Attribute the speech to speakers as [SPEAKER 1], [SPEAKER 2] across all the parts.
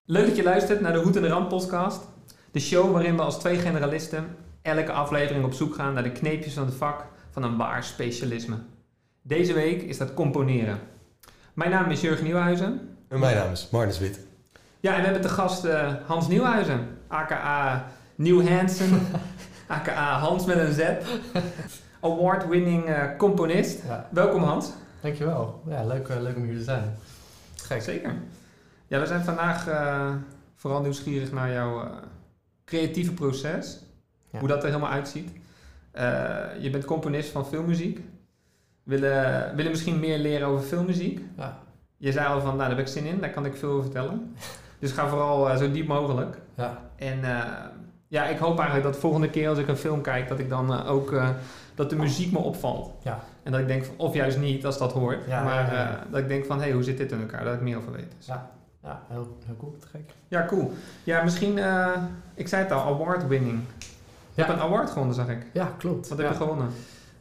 [SPEAKER 1] Leuk dat je luistert naar de Hoed en de Rand podcast. De show waarin we als twee generalisten elke aflevering op zoek gaan naar de kneepjes van het vak van een waar specialisme. Deze week is dat componeren. Mijn naam is Jurgen Nieuwhuizen.
[SPEAKER 2] En mijn naam is Marnus Wit.
[SPEAKER 1] Ja, en we hebben te gast Hans Nieuwhuizen, aka Nieuw Hansen, aka Hans met een Z. Award-winning componist.
[SPEAKER 3] Ja.
[SPEAKER 1] Welkom Hans.
[SPEAKER 3] Dankjewel. Ja, leuk om hier te zijn.
[SPEAKER 1] Gek. Zeker. Ja, we zijn vandaag vooral nieuwsgierig naar jouw creatieve proces.
[SPEAKER 3] Ja.
[SPEAKER 1] Hoe dat er helemaal uitziet. Je bent componist van filmmuziek. Willen misschien meer leren over filmmuziek.
[SPEAKER 3] Ja.
[SPEAKER 1] Je zei al van, nou daar heb ik zin in. Daar kan ik veel over vertellen. Dus ga vooral zo diep mogelijk.
[SPEAKER 3] Ja.
[SPEAKER 1] En ik hoop eigenlijk dat de volgende keer als ik een film kijk, dat ik dan ook dat de muziek me opvalt.
[SPEAKER 3] Ja.
[SPEAKER 1] En dat ik denk, of juist niet als dat hoort.
[SPEAKER 3] Ja,
[SPEAKER 1] maar
[SPEAKER 3] ja.
[SPEAKER 1] dat ik denk van, hey, hoe zit dit in elkaar? Dat ik meer over weet. Dus.
[SPEAKER 3] Ja. Ja, heel cool. Te gek.
[SPEAKER 1] Ja, cool. Ja, misschien, ik zei het al, award-winning. Je hebt een award gewonnen, zag ik.
[SPEAKER 3] Ja, klopt.
[SPEAKER 1] Wat heb je gewonnen?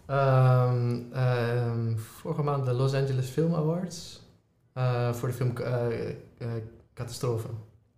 [SPEAKER 3] Vorige maand de Los Angeles Film Awards. Voor de film Catastrofe.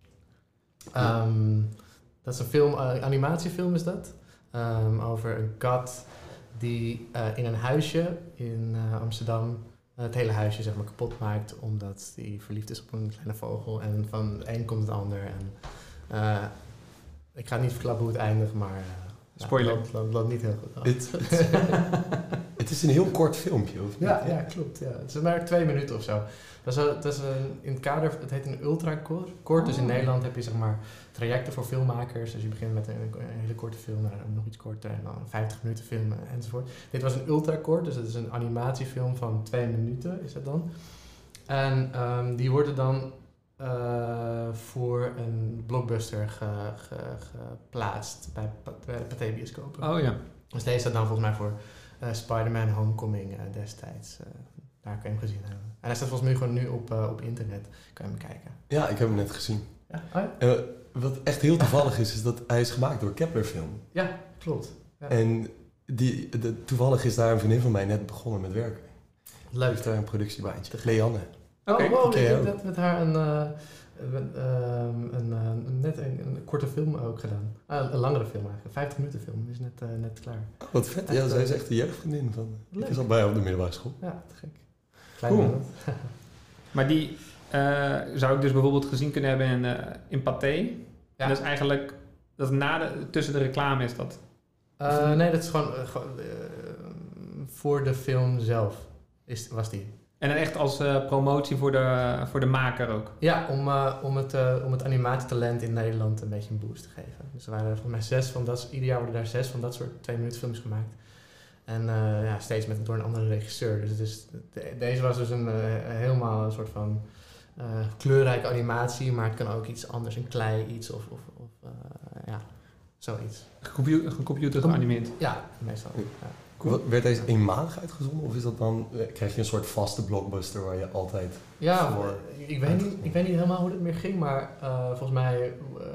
[SPEAKER 3] Dat is een film, animatiefilm is dat. Over een kat die in een huisje in Amsterdam het hele huisje zeg maar kapot maakt omdat hij verliefd is op een kleine vogel en van het een komt het ander. En, ik ga niet verklappen hoe het eindigt, maar
[SPEAKER 1] spoiler.
[SPEAKER 3] loopt niet heel goed af.
[SPEAKER 2] Het is een heel kort filmpje, of niet?
[SPEAKER 3] Ja, klopt. Ja. Het is maar 2 minuten of zo. Dat is in het kader, het heet een ultrakort. Dus in Nederland heb je zeg maar trajecten voor filmmakers. Dus je begint met een hele korte film, nog iets korter en dan een 50 minuten film enzovoort. Dit was een ultrakort, dus het is een animatiefilm van 2 minuten is het dan. En die worden dan voor een blockbuster geplaatst bij Pathé Bioscopen.
[SPEAKER 1] Oh ja.
[SPEAKER 3] Dus deze staat dan volgens mij voor Spider-Man Homecoming destijds. Daar kan je hem gezien hebben. En hij staat volgens mij gewoon nu op internet. Kan je hem kijken.
[SPEAKER 2] Ja, ik heb hem net gezien.
[SPEAKER 3] Ja? Oh ja?
[SPEAKER 2] Wat echt heel toevallig is dat hij is gemaakt door Kepler Film.
[SPEAKER 3] Ja, klopt. Ja.
[SPEAKER 2] En toevallig is daar een vriendin van mij net begonnen met werken.
[SPEAKER 3] Leuk.
[SPEAKER 2] Heeft daar een productiebaantje. Leanne.
[SPEAKER 1] Oké.
[SPEAKER 3] Oh,
[SPEAKER 2] ken
[SPEAKER 3] ik
[SPEAKER 2] je
[SPEAKER 3] heb
[SPEAKER 2] ook.
[SPEAKER 3] net met haar net een korte film ook gedaan. Een langere film eigenlijk. Een 50 minuten film. Die is net klaar.
[SPEAKER 2] Oh, wat vet. Ja, zij is echt de jeugdvriendin van.
[SPEAKER 3] Leuk.
[SPEAKER 2] Ik zat bij haar op de middelbare school.
[SPEAKER 3] Ja, te gek.
[SPEAKER 1] Cool. Maar die zou ik dus bijvoorbeeld gezien kunnen hebben in Pathé.
[SPEAKER 3] Ja.
[SPEAKER 1] En dat is eigenlijk, dat is tussen de reclame is dat.
[SPEAKER 3] Nee, dat is gewoon voor de film zelf was die.
[SPEAKER 1] En dan echt als promotie voor de maker ook.
[SPEAKER 3] Ja, om het animatietalent in Nederland een beetje een boost te geven. Dus er waren volgens mij ieder jaar worden daar 6 van dat soort 2 minuten films gemaakt. En steeds door een andere regisseur. Dus deze was dus helemaal een soort van kleurrijke animatie, maar het kan ook iets anders, een klei iets of zoiets.
[SPEAKER 1] Gecomputer geanimeerd.
[SPEAKER 3] Ja, meestal. Ja.
[SPEAKER 2] Cool. Werd deze eenmalig uitgezonden of is dat dan, krijg je een soort vaste blockbuster waar je altijd voor...
[SPEAKER 3] Ik weet niet helemaal hoe het meer ging, maar volgens mij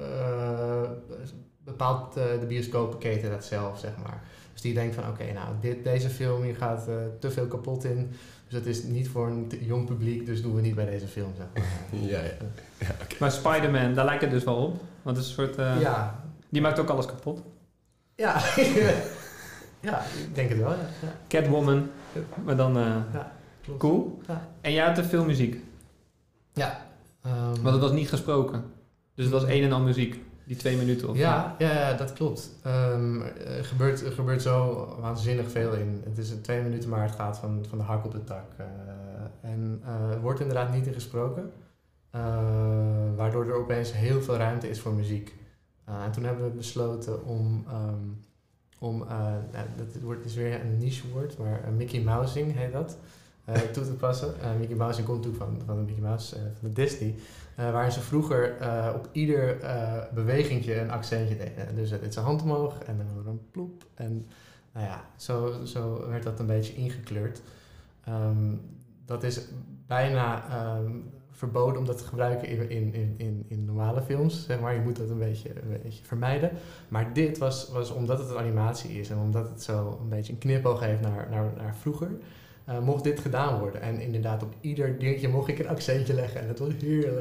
[SPEAKER 3] bepaalt de bioscoopenketen dat zelf, zeg maar. Dus die denkt van deze film hier gaat te veel kapot in, dus dat is niet voor een jong publiek, dus doen we niet bij deze film, zeg maar.
[SPEAKER 2] Ja, okay.
[SPEAKER 1] Maar Spider-Man, daar lijkt het dus wel op. Want het is een soort... Die maakt ook alles kapot.
[SPEAKER 3] Ja, ja, ik denk het wel, ja.
[SPEAKER 1] Catwoman, maar dan...
[SPEAKER 3] Klopt.
[SPEAKER 1] Cool.
[SPEAKER 3] Ja.
[SPEAKER 1] En jij had de filmmuziek.
[SPEAKER 3] Ja.
[SPEAKER 1] Want het was niet gesproken. Dus het was een en al muziek. Die 2 minuten of...
[SPEAKER 3] Ja, dat klopt. Er gebeurt zo waanzinnig veel in. Het is 2 minuten, maar het gaat van de hak op de tak. Er wordt inderdaad niet in gesproken. Waardoor er opeens heel veel ruimte is voor muziek. En toen hebben we besloten om dat is weer een niche woord, maar Mickey Mousing heet dat, toe te passen. Mickey Mousing komt natuurlijk van de Mickey Mouse, van de Disney, waarin ze vroeger op ieder bewegingje een accentje deden. Dus het is een hand omhoog en dan een ploep. En zo werd dat een beetje ingekleurd. Dat is bijna verboden om dat te gebruiken in normale films, zeg maar. Je moet dat een beetje vermijden. Maar dit was omdat het een animatie is en omdat het zo een beetje een knipoog heeft naar vroeger, mocht dit gedaan worden. En inderdaad, op ieder dingetje mocht ik een accentje leggen en het was heerlijk.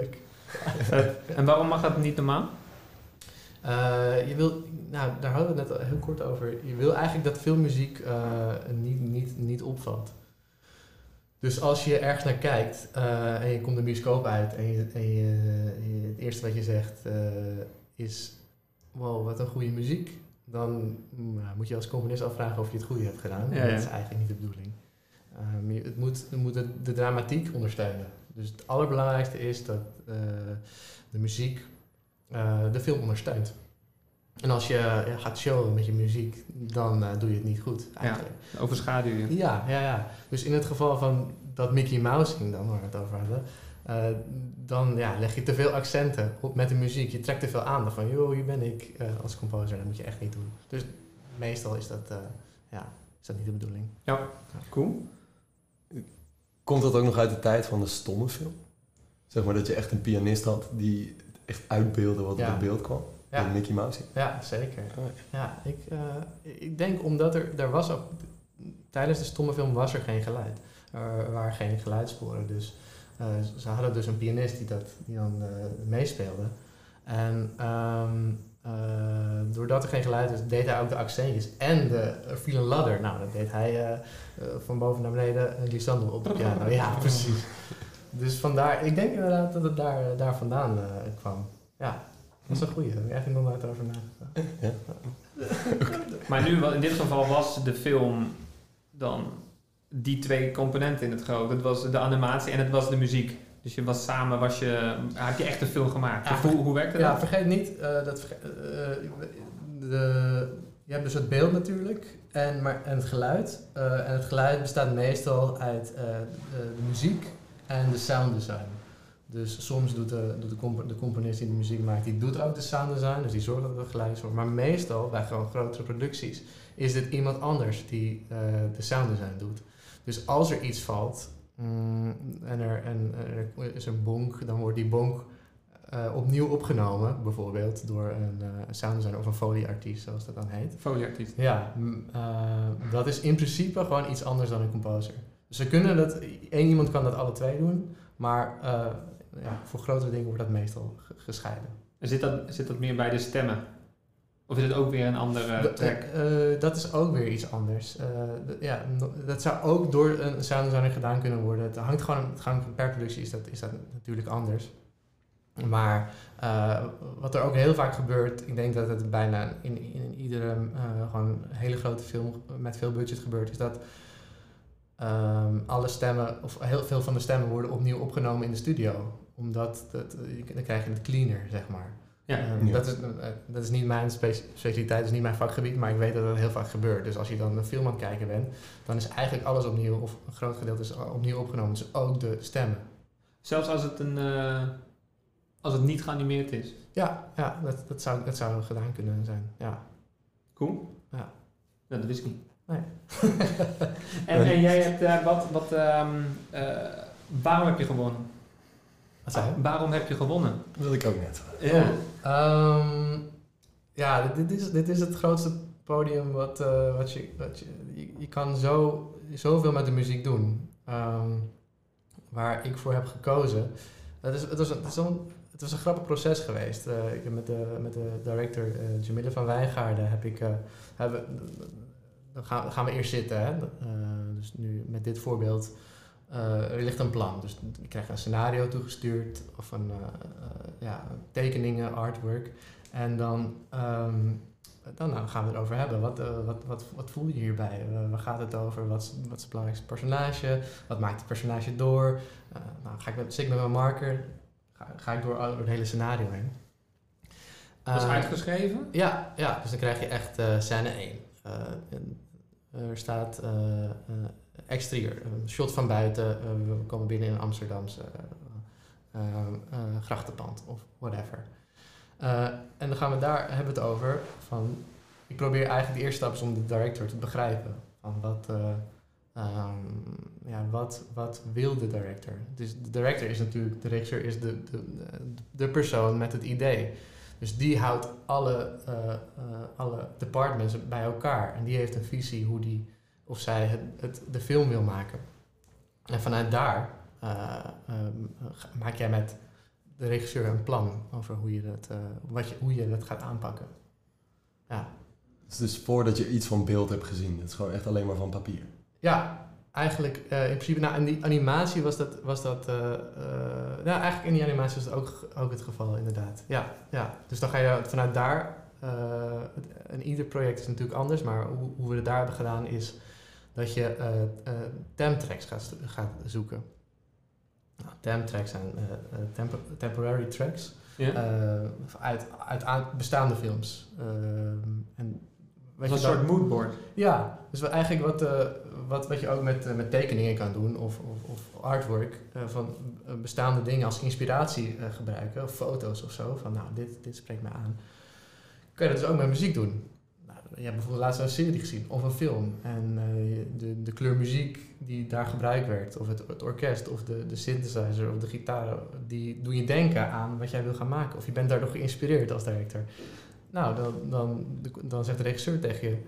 [SPEAKER 1] En waarom mag dat niet normaal?
[SPEAKER 3] Je wil, daar hadden we het net al heel kort over. Je wil eigenlijk dat filmmuziek niet opvalt. Dus als je ergens naar kijkt en je komt de bioscoop uit en het eerste wat je zegt is wow, wat een goede muziek. Dan moet je als componist afvragen of je het goede hebt gedaan. Ja, dat is eigenlijk niet de bedoeling. Het moet de dramatiek ondersteunen. Dus het allerbelangrijkste is dat de muziek de film ondersteunt. En als je gaat showen met je muziek, dan doe je het niet goed eigenlijk.
[SPEAKER 1] Ja, overschaduw je.
[SPEAKER 3] Ja. Dus in het geval van dat Mickey Mousing dan, waar we het over hadden, dan leg je te veel accenten op met de muziek. Je trekt te veel aandacht van, joh, hier ben ik als composer. Dat moet je echt niet doen. Dus meestal is dat niet de bedoeling.
[SPEAKER 1] Ja, cool.
[SPEAKER 2] Komt dat ook nog uit de tijd van de stomme film? Zeg maar dat je echt een pianist had die echt uitbeelde wat op het beeld kwam? Ja. Mickey Mouse.
[SPEAKER 3] Ja, zeker. Ja, ik denk omdat er was ook... Tijdens de stomme film was er geen geluid. Er waren geen geluidssporen. Dus ze hadden dus een pianist die dan meespeelde. En doordat er geen geluid was, deed hij ook de accentjes. En er viel een ladder. Nou, dat deed hij van boven naar beneden een glissando op de piano. Ja, precies. Dus vandaar... Ik denk inderdaad dat het daar vandaan kwam. Ja. Dat is een goeie, daar heb ik eigenlijk nog nooit over nagedacht. Ja.
[SPEAKER 1] Maar nu, in dit geval was de film dan die twee componenten in het groot. Het was de animatie en het was de muziek. Dus je was samen, heb je echt een film gemaakt. Ja, hoe werkte dat?
[SPEAKER 3] Ja, vergeet niet, je hebt dus het beeld natuurlijk en het geluid. En het geluid bestaat meestal uit de muziek en de sound design. Dus soms doet de componist die de muziek maakt, die doet ook de sound design, dus die zorgt dat het geluid wordt. Maar meestal, bij gewoon grotere producties, is dit iemand anders die de sound design doet. Dus als er iets valt en er is een bonk, dan wordt die bonk opnieuw opgenomen, bijvoorbeeld door een sound designer of een folieartiest, zoals dat dan heet.
[SPEAKER 1] Folieartiest.
[SPEAKER 3] Ja, dat is in principe gewoon iets anders dan een composer. Dus één iemand kan dat alle twee doen, maar voor grotere dingen wordt dat meestal gescheiden.
[SPEAKER 1] En zit dat meer bij de stemmen? Of is het ook weer een andere track?
[SPEAKER 3] Dat is ook weer iets anders. Dat zou ook door een sound designer gedaan kunnen worden. Het hangt per productie is dat natuurlijk anders. Maar wat er ook heel vaak gebeurt, ik denk dat het bijna in iedere gewoon hele grote film met veel budget gebeurt, is dat alle stemmen, of heel veel van de stemmen worden opnieuw opgenomen in de studio. Omdat dan krijg je het cleaner, zeg maar. Ja. Dat is niet mijn specialiteit, dat is niet mijn vakgebied, maar ik weet dat dat heel vaak gebeurt. Dus als je dan een film aan het kijken bent, dan is eigenlijk alles opnieuw, of een groot gedeelte is opnieuw opgenomen, dus ook de stemmen.
[SPEAKER 1] Zelfs als het niet geanimeerd is?
[SPEAKER 3] Ja, dat zou gedaan kunnen zijn, ja.
[SPEAKER 1] Cool.
[SPEAKER 3] Ja.
[SPEAKER 1] Dat wist ik niet.
[SPEAKER 3] Nee.
[SPEAKER 1] en jij hebt, waarom heb je gewonnen?
[SPEAKER 3] Wat zei je?
[SPEAKER 1] Waarom heb je gewonnen?
[SPEAKER 2] Dat wil ik ook net.
[SPEAKER 3] Ja. Dit is het grootste podium wat je kan zoveel met de muziek doen. Waar ik voor heb gekozen. Het was een grappig proces geweest. Ik heb met de director Jamille van Wijngaarden dan gaan we eerst zitten. Hè? Dus nu met dit voorbeeld, er ligt een plan. Dus je krijgt een scenario toegestuurd of tekeningen, artwork. En dan gaan we het over hebben. Wat voel je hierbij? Waar gaat het over? Wat is het belangrijkste personage? Wat maakt het personage door? Zit ik met mijn marker, ga ik door het hele scenario heen.
[SPEAKER 1] Dat is uitgeschreven?
[SPEAKER 3] Ja, dus dan krijg je echt scène 1. Er staat exterieur, een shot van buiten. We komen binnen in een Amsterdamse grachtenpand of whatever. En dan hebben we het over van... Ik probeer eigenlijk de eerste stap is om de director te begrijpen. Van wat wil de director? Dus de director is natuurlijk... De regisseur is de persoon met het idee. Dus die houdt alle departments bij elkaar. En die heeft een visie hoe die of zij de film wil maken. En vanuit daar maak jij met de regisseur een plan over hoe je dat gaat aanpakken. Ja.
[SPEAKER 2] Dus voordat je iets van beeld hebt gezien, het is gewoon echt alleen maar van papier.
[SPEAKER 3] Ja, eigenlijk in principe, in die animatie was dat eigenlijk in die animatie was dat ook het geval, inderdaad. Ja. Dus dan ga je vanuit daar, en ieder project is natuurlijk anders, maar hoe we het daar hebben gedaan is dat je temp-tracks gaat zoeken. Nou, temp-tracks zijn temporary tracks uit bestaande films.
[SPEAKER 1] Een soort moodboard.
[SPEAKER 3] Ja, dus eigenlijk wat je ook met tekeningen kan doen of artwork van bestaande dingen als inspiratie gebruiken, of foto's of zo, van nou, dit spreekt me aan. Kun je dat dus ook met muziek doen. Nou, je hebt bijvoorbeeld laatst een serie gezien of een film en de kleur muziek die daar gebruikt werd, of het orkest of de synthesizer of de gitaar, die doen je denken aan wat jij wil gaan maken. Of je bent daardoor geïnspireerd als director. Nou, dan zegt de regisseur tegen je,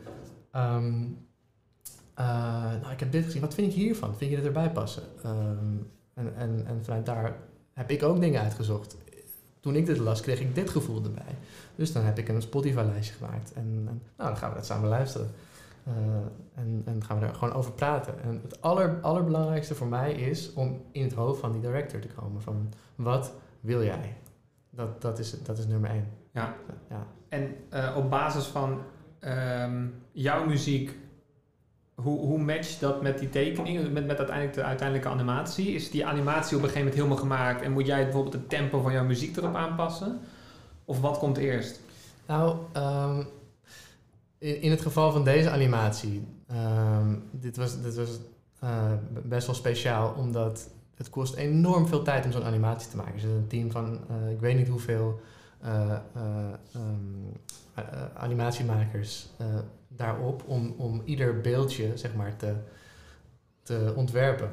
[SPEAKER 3] ik heb dit gezien, wat vind je hiervan? Vind je dit erbij passen? En vanuit daar heb ik ook dingen uitgezocht. Toen ik dit las, kreeg ik dit gevoel erbij. Dus dan heb ik een Spotify-lijstje gemaakt. En dan gaan we dat samen luisteren. En gaan we er gewoon over praten. En het allerbelangrijkste voor mij is om in het hoofd van die director te komen. Van, wat wil jij? Dat is nummer 1.
[SPEAKER 1] Ja.
[SPEAKER 3] Ja.
[SPEAKER 1] En op basis van jouw muziek, hoe matcht dat met die tekening, met de uiteindelijke animatie? Is die animatie op een gegeven moment helemaal gemaakt en moet jij bijvoorbeeld het tempo van jouw muziek erop aanpassen? Of wat komt eerst?
[SPEAKER 3] Nou, in het geval van deze animatie, dit was best wel speciaal, omdat het kost enorm veel tijd om zo'n animatie te maken. Er zit een team van, ik weet niet hoeveel animatiemakers daarop om ieder beeldje, zeg maar, te ontwerpen.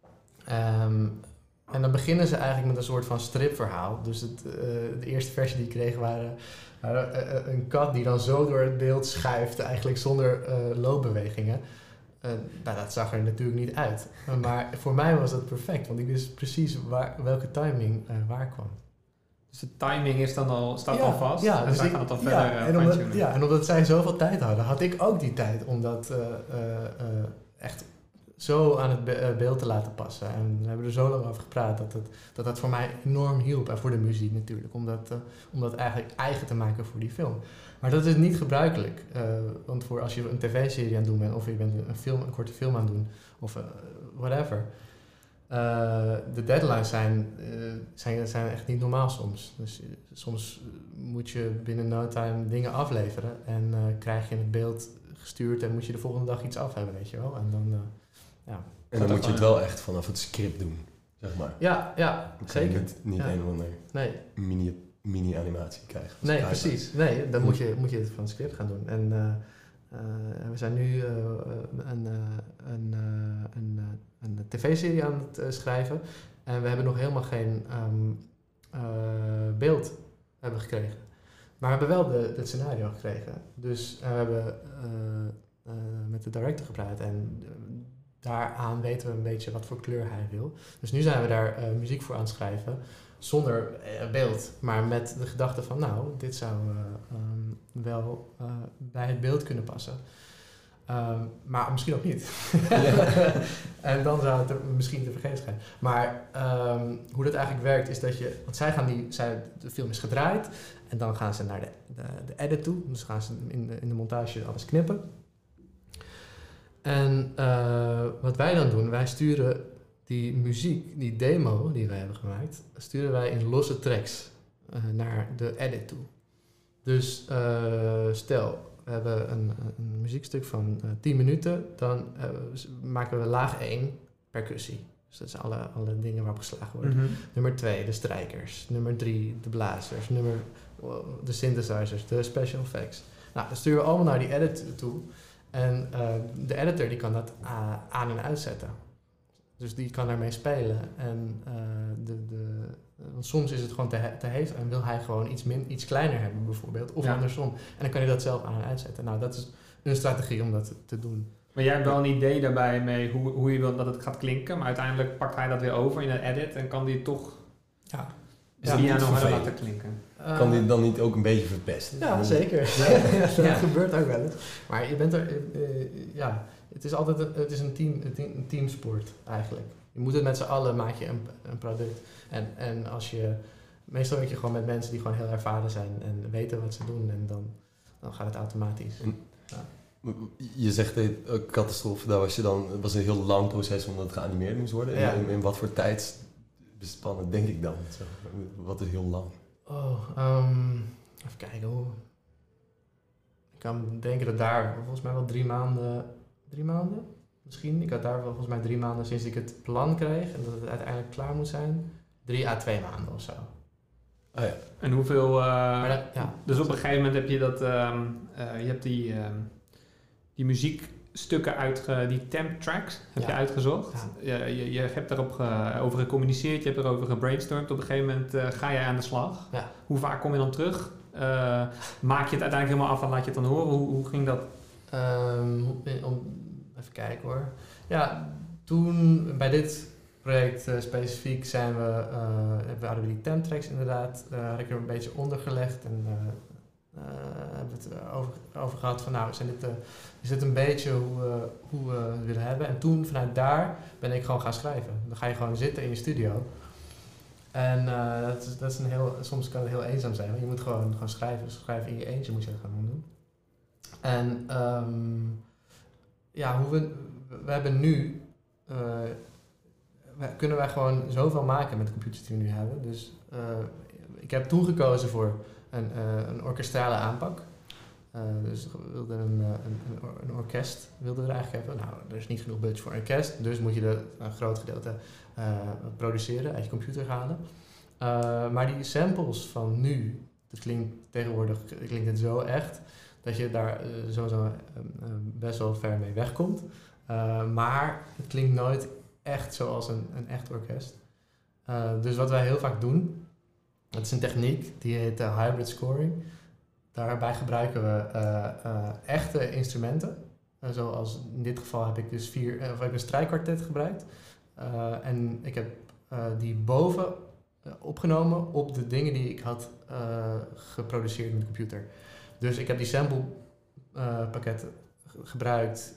[SPEAKER 3] En dan beginnen ze eigenlijk met een soort van stripverhaal. Dus de eerste versie die ik kreeg waren een kat die dan zo door het beeld schuift, eigenlijk zonder loopbewegingen. Dat zag er natuurlijk niet uit. Maar voor mij was dat perfect, want ik wist precies welke timing waar kwam.
[SPEAKER 1] Dus de timing staat al vast en
[SPEAKER 3] dus
[SPEAKER 1] zij gaan het dan verder
[SPEAKER 3] en omdat zij zoveel tijd hadden, had ik ook die tijd om dat echt zo aan het beeld te laten passen. En we hebben er zo lang over gepraat dat voor mij enorm hielp. En voor de muziek natuurlijk, om dat eigenlijk eigen te maken voor die film. Maar dat is niet gebruikelijk. Want als je een tv-serie aan het doen bent, of je bent een korte film aan het doen, of whatever. De deadlines zijn echt niet normaal soms. Dus soms moet je binnen no time dingen afleveren. En krijg je het beeld gestuurd en moet je de volgende dag iets af hebben, weet je wel. En dan...
[SPEAKER 2] En dan moet je het wel echt vanaf het script doen, zeg maar.
[SPEAKER 3] Ja, zeker.
[SPEAKER 2] Niet een of andere mini-animatie krijgen.
[SPEAKER 3] Nee, precies. Nee, dan moet je het van het script gaan doen. En we zijn nu een tv-serie aan het schrijven. En we hebben nog helemaal geen beeld gekregen. Maar we hebben wel het scenario gekregen. Dus we hebben met de director gepraat en... daaraan weten we een beetje wat voor kleur hij wil. Dus nu zijn we daar muziek voor aan het schrijven. Zonder beeld. Maar met de gedachte van, nou, dit zou wel bij het beeld kunnen passen. Maar misschien ook niet. En dan zou het misschien te vergeten zijn. Maar hoe dat eigenlijk werkt is dat je... Want de film is gedraaid. En dan gaan ze naar de edit toe. Dus gaan ze in de montage alles knippen. En wat wij dan doen, wij sturen die muziek, die demo die wij hebben gemaakt, sturen wij in losse tracks naar de edit toe. Dus stel, we hebben een muziekstuk van 10 minuten, dan maken we laag 1 percussie. Dus dat zijn alle dingen waarop geslagen wordt. Mm-hmm. Nummer 2, de strijkers. Nummer 3, de blazers. De synthesizers, de special effects. Nou, dan sturen we allemaal naar die edit toe. En de editor die kan dat aan- en uitzetten. Dus die kan daarmee spelen. En want soms is het gewoon te heet en wil hij gewoon iets kleiner hebben bijvoorbeeld. Of andersom. En dan kan hij dat zelf aan- en uitzetten. Nou, dat is een strategie om dat te doen.
[SPEAKER 1] Maar jij hebt wel een idee daarbij mee hoe je wilt dat het gaat klinken. Maar uiteindelijk pakt hij dat weer over in een edit en kan die toch de piano harder laten klinken.
[SPEAKER 2] Kan die dan niet ook een beetje verpesten?
[SPEAKER 3] Ja, zeker. Dat gebeurt ook wel eens. Maar je bent er... het is altijd een teamsport eigenlijk. Je moet het met z'n allen, maak je een product. En als je... Meestal werk je gewoon met mensen die gewoon heel ervaren zijn en weten wat ze doen. En dan gaat het automatisch.
[SPEAKER 2] Je zegt catastrofe, daar was een heel lang proces omdat het geanimeerd moest worden.
[SPEAKER 3] Ja.
[SPEAKER 2] In wat voor tijdsbespannen denk ik dan? Zo, wat is heel lang?
[SPEAKER 3] Even kijken hoor. Ik kan denken dat daar volgens mij wel 3 maanden... 3 maanden? Misschien. Ik had daar wel volgens mij 3 maanden sinds ik het plan kreeg en dat het uiteindelijk klaar moet zijn. 3 à 2 maanden of zo.
[SPEAKER 2] Oh ja.
[SPEAKER 1] En hoeveel... Dus op een gegeven moment heb je dat... je hebt die muziekstukken die temp tracks heb je uitgezocht. Ja. Je hebt daarop over gecommuniceerd, je hebt erover gebrainstormd. Op een gegeven moment ga jij aan de slag. Ja. Hoe vaak kom je dan terug? Maak je het uiteindelijk helemaal af en laat je het dan horen? Hoe ging dat?
[SPEAKER 3] Even kijken hoor. Ja, toen bij dit project specifiek hadden we die temp tracks inderdaad. Had ik er een beetje onder gelegd en hebben we het over gehad van is dit een beetje hoe we het willen hebben. En toen vanuit daar ben ik gewoon gaan schrijven. Dan ga je gewoon zitten in je studio. En dat is soms kan het heel eenzaam zijn, want je moet gewoon schrijven. Dus schrijven in je eentje moet je dat gewoon doen. En we hebben nu... kunnen wij gewoon zoveel maken met de computers die we nu hebben. Dus ik heb toen gekozen voor een orkestrale aanpak. Dus we wilden een orkest wilden we er eigenlijk hebben. Nou, er is niet genoeg budget voor een orkest, dus moet je een groot gedeelte produceren, uit je computer halen. Maar die samples van nu, tegenwoordig klinkt het zo echt, dat je daar sowieso best wel ver mee wegkomt. Maar het klinkt nooit echt zoals een echt orkest. Dus wat wij heel vaak doen, dat is een techniek die heet hybrid scoring. Daarbij gebruiken we echte instrumenten. Zoals in dit geval heb ik dus een strijkkwartet gebruikt. En ik heb die boven opgenomen op de dingen die ik had geproduceerd met de computer. Dus ik heb die sample pakketten gebruikt.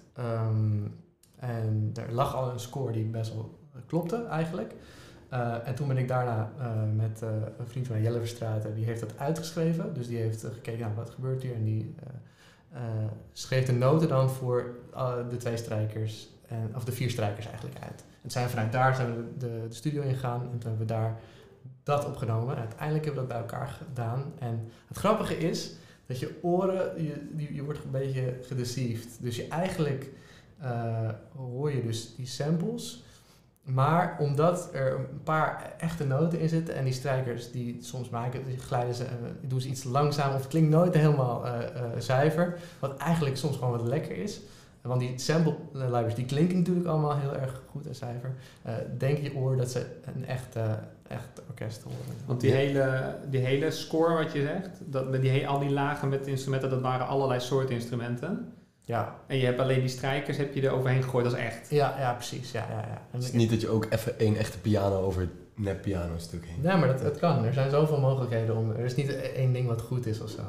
[SPEAKER 3] En er lag al een score die best wel klopte eigenlijk. En toen ben ik daarna met een vriend van mij, Jelle Verstraeten, die heeft dat uitgeschreven. Dus die heeft gekeken, wat gebeurt hier? En die schreef de noten dan voor de 2 strijkers, of de 4 strijkers eigenlijk uit. En vanuit daar zijn we de studio ingegaan en toen hebben we daar dat opgenomen. En uiteindelijk hebben we dat bij elkaar gedaan. En het grappige is dat je oren, je wordt een beetje gedeceived. Dus je eigenlijk hoor je dus die samples. Maar omdat er een paar echte noten in zitten en die strijkers die soms maken, doen ze iets langzaam of het klinkt nooit helemaal zuiver. Wat eigenlijk soms gewoon wat lekker is. Want die sample libraries die klinken natuurlijk allemaal heel erg goed en zuiver. Denk je oor dat ze een echt orkest horen.
[SPEAKER 1] Want die hele score wat je zegt, met al die lagen met instrumenten, dat waren allerlei soorten instrumenten. Ja. En je hebt alleen die strijkers heb je er overheen gegooid als echt.
[SPEAKER 3] Ja, precies. Ja.
[SPEAKER 2] Het is niet dat je ook even 1 echte piano over het nep piano stuk heen.
[SPEAKER 3] Nee, maar het kan. Er zijn zoveel mogelijkheden er is niet 1 ding wat goed is of zo.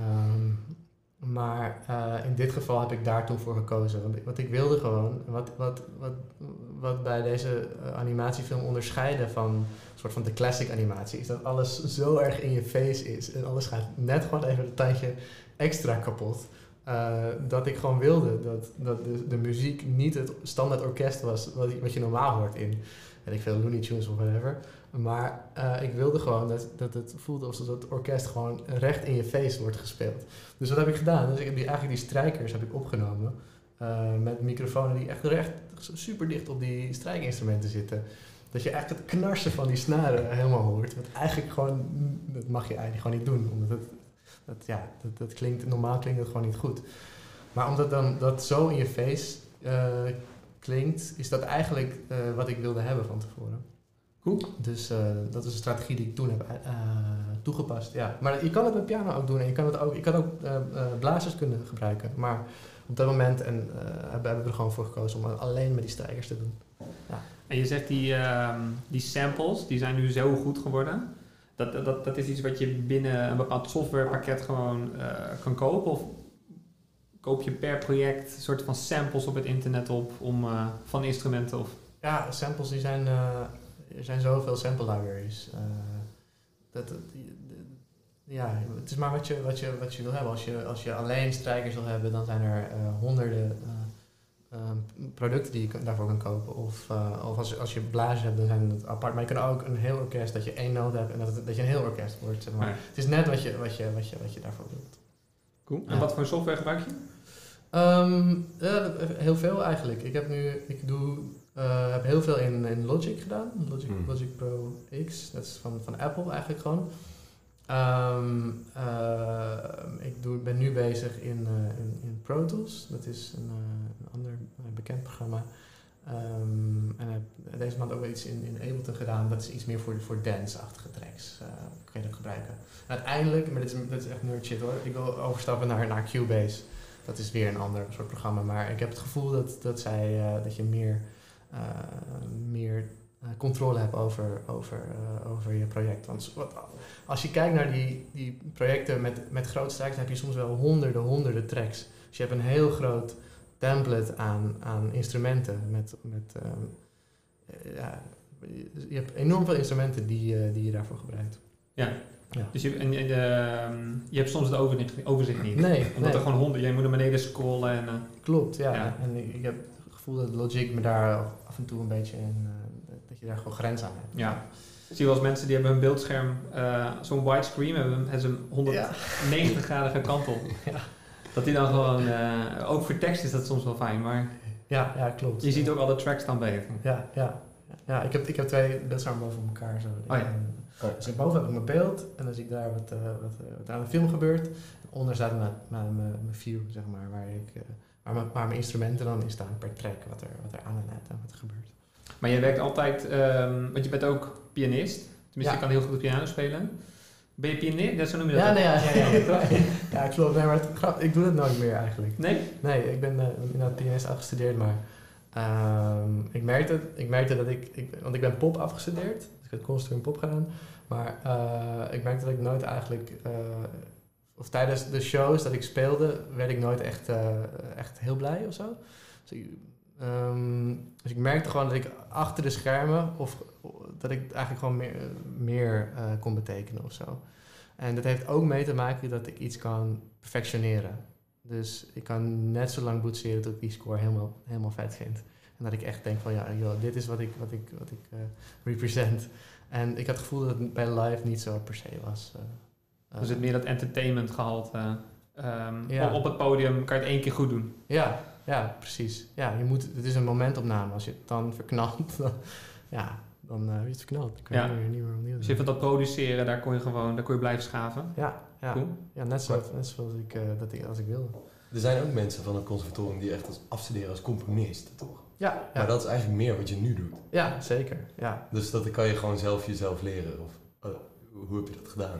[SPEAKER 3] Maar in dit geval heb ik daar toen voor gekozen. Want ik wilde gewoon, wat bij deze animatiefilm onderscheiden van een soort van de classic animatie, is dat alles zo erg in je face is. En alles gaat net gewoon even een tandje extra kapot. Dat ik gewoon wilde dat de muziek niet het standaard orkest was wat je normaal hoort in, weet ik veel, Looney Tunes of whatever. Maar ik wilde gewoon dat het voelde alsof het orkest gewoon recht in je face wordt gespeeld. Dus wat heb ik gedaan? Dus ik heb eigenlijk die strijkers heb ik opgenomen met microfoons die echt super dicht op die strijkinstrumenten zitten. Dat je echt het knarsen van die snaren helemaal hoort. Wat eigenlijk gewoon, dat mag je eigenlijk gewoon niet doen, omdat dat klinkt, normaal klinkt het gewoon niet goed. Maar omdat dan dat zo in je face klinkt, is dat eigenlijk wat ik wilde hebben van tevoren.
[SPEAKER 1] Goed.
[SPEAKER 3] Dus dat is een strategie die ik toen heb toegepast. Ja. Maar je kan het met piano ook doen en je kan ook blazers kunnen gebruiken. Maar op dat moment hebben we er gewoon voor gekozen om alleen met die strijkers te doen. Ja.
[SPEAKER 1] En je zegt die samples, die zijn nu zo goed geworden. Dat is iets wat je binnen een bepaald softwarepakket gewoon kan kopen? Of koop je per project een soort van samples op het internet op van instrumenten? Of?
[SPEAKER 3] Ja, samples die zijn... er zijn zoveel sample libraries. Ja, het is maar wat je wil hebben. Als je alleen strijkers wil hebben, dan zijn er honderden producten die je daarvoor kan kopen. Of als je blazers hebt, dan zijn het apart. Maar je kan ook een heel orkest, dat je één noot hebt en dat je een heel orkest wordt. Zeg maar.
[SPEAKER 1] Ja.
[SPEAKER 3] Het is net wat je daarvoor wilt.
[SPEAKER 1] Cool.
[SPEAKER 3] Ja.
[SPEAKER 1] En wat voor software gebruik je?
[SPEAKER 3] Heel veel eigenlijk. Ik heb heel veel in Logic gedaan. Logic Pro X, dat is van Apple eigenlijk gewoon. Ik ben nu bezig in Pro Tools. Dat is een ander bekend programma. En heb deze maand ook iets in Ableton gedaan. Dat is iets meer voor dance-achtige tracks. Kun je dat gebruiken. En uiteindelijk, maar dit is echt nerd shit hoor. Ik wil overstappen naar Cubase. Dat is weer een ander soort programma. Maar ik heb het gevoel dat je meer controle hebt over je project. Want als je kijkt naar die projecten met grote tracks, dan heb je soms wel honderden tracks. Dus je hebt een heel groot template aan instrumenten. Je hebt enorm veel instrumenten die je daarvoor gebruikt.
[SPEAKER 1] Ja. Dus je hebt soms het overzicht niet.
[SPEAKER 3] Nee.
[SPEAKER 1] Omdat er gewoon je moet naar beneden scrollen.
[SPEAKER 3] Klopt, ja. En ik heb het gevoel dat Logic me daar af en toe een beetje dat je daar gewoon grens aan hebt.
[SPEAKER 1] Ja. Zie je wel eens mensen die hebben hun beeldscherm, zo'n widescreen, hebben ze 190 graden gekanteld. Ja. Dat die dan gewoon, ook voor tekst is dat soms wel fijn, maar
[SPEAKER 3] ja klopt.
[SPEAKER 1] Je ziet ook alle tracks dan beter.
[SPEAKER 3] Ja, ik heb 2 beeldschermen boven elkaar zo. Dus boven heb ik mijn beeld en dan zie ik daar wat aan de film gebeurt. Onder staat mijn view, zeg maar, waar mijn instrumenten dan in staan per track, wat er aan en uit en wat er gebeurt.
[SPEAKER 1] Maar je werkt altijd, want je bent ook pianist. Tenminste, je kan heel goed piano spelen. Ben je pianist? Zo noem je dat ook?
[SPEAKER 3] Ja, klopt. Nee, maar ik doe dat nooit meer eigenlijk.
[SPEAKER 1] Nee?
[SPEAKER 3] Nee, ik ben inderdaad pianist afgestudeerd, maar ik merkte dat want ik ben pop afgestudeerd. Dus ik heb conservatorium pop gedaan. Maar ik merkte dat ik nooit eigenlijk, of tijdens de shows dat ik speelde, werd ik nooit echt heel blij of zo. Dus ik merkte gewoon dat ik achter de schermen, of dat ik eigenlijk gewoon meer kon betekenen of zo. En dat heeft ook mee te maken dat ik iets kan perfectioneren. Dus ik kan net zo lang boetseren tot ik die score helemaal vet vind. En dat ik echt denk van dit is wat ik represent. En ik had het gevoel dat het bij live niet zo per se was.
[SPEAKER 1] Dus het meer dat entertainment gehalte. Op het podium kan je het 1 keer goed doen.
[SPEAKER 3] Ja, precies. Ja, het is een momentopname. Als je het dan verknalt, dan heb je het verknald. Dan kan je niet meer opnieuw doen.
[SPEAKER 1] Dus je vindt dat produceren, daar kon je blijven schaven?
[SPEAKER 3] Ja. Cool. Ja, net zoals als ik wilde.
[SPEAKER 2] Er zijn ook mensen van het conservatorium die echt afstuderen als componist, toch?
[SPEAKER 3] Ja.
[SPEAKER 2] Maar dat is eigenlijk meer wat je nu doet.
[SPEAKER 3] Ja, zeker. Ja.
[SPEAKER 2] Dus dat kan je gewoon jezelf leren? Of hoe heb je dat gedaan?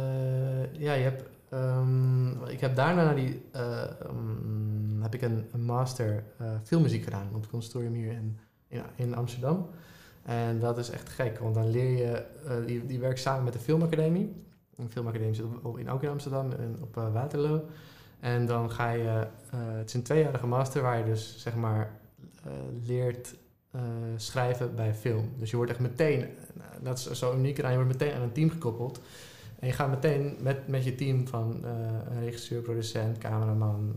[SPEAKER 3] Ik heb daarna heb ik een master filmmuziek gedaan op het conservatorium hier in Amsterdam. En dat is echt gek, want dan leer je, die werkt samen met de filmacademie. Een filmacademie zit ook in Amsterdam en op Waterloo. En dan ga je, het is een 2-jarige master waar je dus zeg maar leert schrijven bij film. Dus je wordt echt meteen, dat is zo uniek eraan, je wordt meteen aan een team gekoppeld. En je gaat meteen met je team van regisseur, producent, cameraman,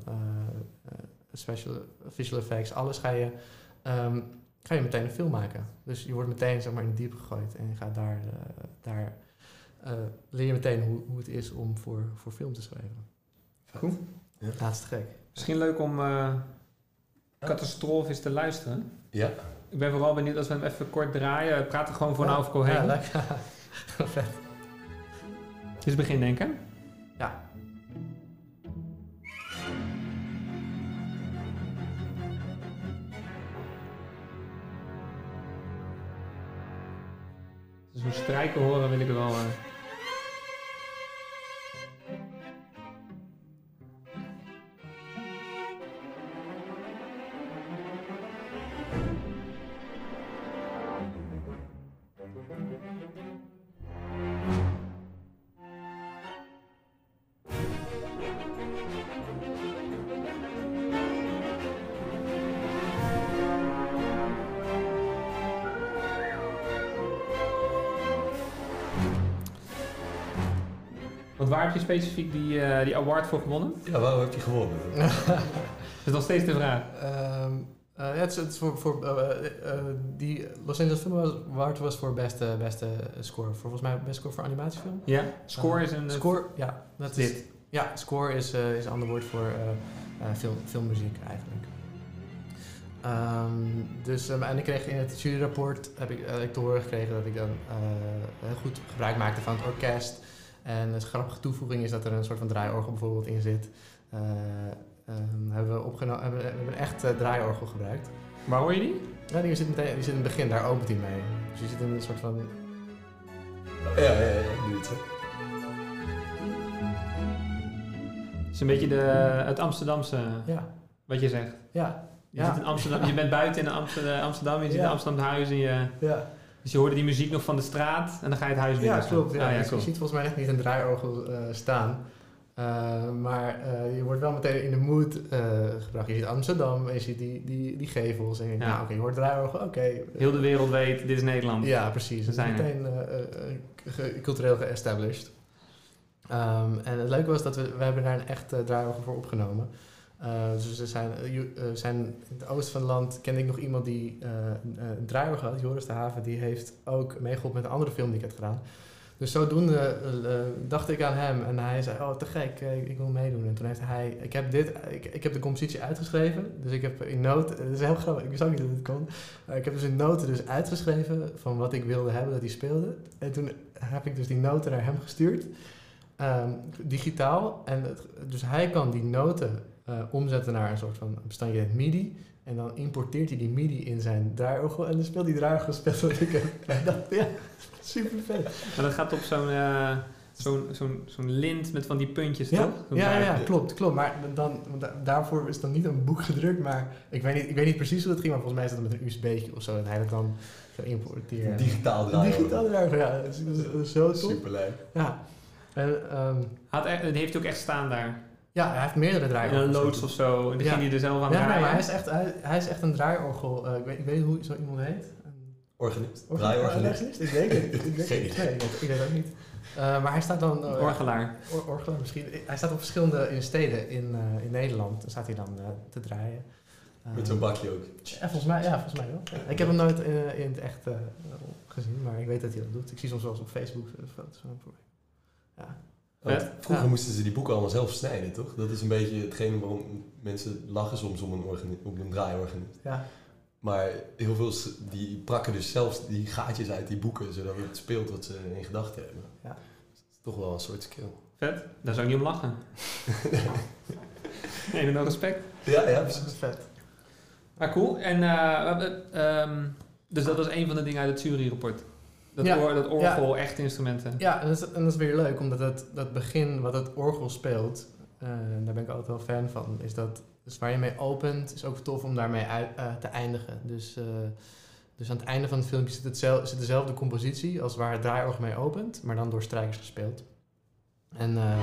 [SPEAKER 3] visual effects, alles ga je meteen een film maken. Dus je wordt meteen zeg maar in het diep gegooid en je gaat daar leer je meteen hoe het is om voor film te schrijven.
[SPEAKER 1] Goed.
[SPEAKER 3] Ja. Laatste gek.
[SPEAKER 1] Misschien leuk om Catastrofe eens te luisteren.
[SPEAKER 2] Ja.
[SPEAKER 1] Ik ben vooral benieuwd als we hem even kort draaien. We praten gewoon voor over Cohen.
[SPEAKER 3] Ja, lekker. Vet.
[SPEAKER 1] Dus begin denken.
[SPEAKER 3] Ja.
[SPEAKER 1] Dus een strijken horen wil ik er wel... waar heb je specifiek die award voor gewonnen?
[SPEAKER 2] Ja, waar heb je gewonnen?
[SPEAKER 1] Dat is nog steeds de vraag.
[SPEAKER 3] Het is voor die Los Angeles Film Award was voor beste score. Volgens mij beste score voor animatiefilm.
[SPEAKER 1] Ja, score is een...
[SPEAKER 3] Score, ja. Dat
[SPEAKER 1] dit.
[SPEAKER 3] is, ja, score is een ander woord voor filmmuziek eigenlijk. En ik kreeg in het juryrapport heb ik te horen gekregen dat ik dan heel goed gebruik maakte van het orkest. En een grappige toevoeging is dat er een soort van draaiorgel bijvoorbeeld in zit. Hebben we een echt draaiorgel gebruikt.
[SPEAKER 1] Waar hoor je die?
[SPEAKER 3] Ja, die zit in het begin, daar opent hij mee. Dus je zit in een soort van...
[SPEAKER 2] Ja, doe het zo.
[SPEAKER 1] Het is een beetje het Amsterdamse, wat je zegt.
[SPEAKER 3] Ja.
[SPEAKER 1] Je zit in Amsterdam, je bent buiten in Amsterdam, je zit in Amsterdam huis en je...
[SPEAKER 3] Ja.
[SPEAKER 1] Dus je hoorde die muziek nog van de straat en dan ga je het huis binnen.
[SPEAKER 3] Ja, klopt. Ja.
[SPEAKER 1] Dus
[SPEAKER 3] cool. Je ziet volgens mij echt niet een draaiorgel staan. Maar je wordt wel meteen in de mood gebracht. Je ziet Amsterdam en je ziet die gevels. En je hoort draaiorgel, oké.
[SPEAKER 1] Heel de wereld weet, dit is Nederland.
[SPEAKER 3] Ja, precies. We zijn meteen cultureel ge-established. En het leuke was dat we hebben daar een echt draaiorgel voor opgenomen. Dus er zijn in het oosten van het land kende ik nog iemand die een draaiorgel had, Joris de Haven, die heeft ook meegeholpen met een andere film die ik had gedaan. Dus zodoende dacht ik aan hem en hij zei, oh te gek, ik wil meedoen. En toen heeft hij, ik heb de compositie uitgeschreven, dus ik heb in noten, dat is heel grappig, ik wist ook niet dat het kon. Ik heb dus in noten dus uitgeschreven van wat ik wilde hebben dat hij speelde. En toen heb ik dus die noten naar hem gestuurd, digitaal. En dus hij kan die noten omzetten naar een soort van bestandje MIDI. En dan importeert hij die MIDI in zijn draaiorgel. En dan speelt die draaiorgel wat ik heb. En dat, super vet.
[SPEAKER 1] Maar dat gaat op zo'n lint met van die puntjes,
[SPEAKER 3] ja,
[SPEAKER 1] toch?
[SPEAKER 3] Ja, klopt. Maar daarvoor is dan niet een boek gedrukt. Maar ik weet niet precies hoe dat ging. Maar volgens mij is dat met een USB'tje of zo. En hij dat dan geïmporteerd.
[SPEAKER 2] Digitaal draaiorgel.
[SPEAKER 3] Ja. Dat is zo tof.
[SPEAKER 2] Superleuk.
[SPEAKER 3] Ja. En,
[SPEAKER 1] het heeft ook echt staan daar.
[SPEAKER 3] Ja, hij heeft meerdere draaiorgels.
[SPEAKER 1] In een loods of zo. En dan ging hij er zelf aan draaien.
[SPEAKER 3] Nee, maar hij is echt een draaiorgel. Ik weet hoe zo iemand heet.
[SPEAKER 2] Organist. Draaiorganist.
[SPEAKER 3] Ik weet het. Ik weet ook niet. Maar hij staat dan...
[SPEAKER 1] Orgelaar.
[SPEAKER 3] Orgelaar misschien. Hij staat op verschillende steden in Nederland. Dan staat hij dan te draaien.
[SPEAKER 2] Met zo'n bakje ook.
[SPEAKER 3] Volgens mij wel. Ja. Ik heb hem nooit in het echt gezien, maar ik weet dat hij dat doet. Ik zie soms wel eens op Facebook foto's van hem voor mij. Ja.
[SPEAKER 2] Vroeger moesten ze die boeken allemaal zelf snijden, toch? Dat is een beetje hetgeen waarom mensen lachen soms om een draaiorganist.
[SPEAKER 3] Ja.
[SPEAKER 2] Maar heel veel die prakken dus zelfs die gaatjes uit die boeken, zodat het speelt wat ze in gedachten hebben. Ja. Dat is toch wel een soort skill.
[SPEAKER 1] Vet, daar zou ik niet om lachen. Nee, en respect.
[SPEAKER 2] Ja, precies.
[SPEAKER 3] Dat is vet.
[SPEAKER 1] Ah, cool. En dus dat was een van de dingen uit het juryrapport. Dat orgel, echt instrumenten.
[SPEAKER 3] Ja, en dat is weer leuk, omdat dat begin wat het orgel speelt, daar ben ik altijd wel fan van, is dat dus waar je mee opent, is ook tof om daarmee te eindigen. Dus aan het einde van het filmpje zit dezelfde compositie als waar het draaiorgel mee opent, maar dan door strijkers gespeeld. En
[SPEAKER 1] dat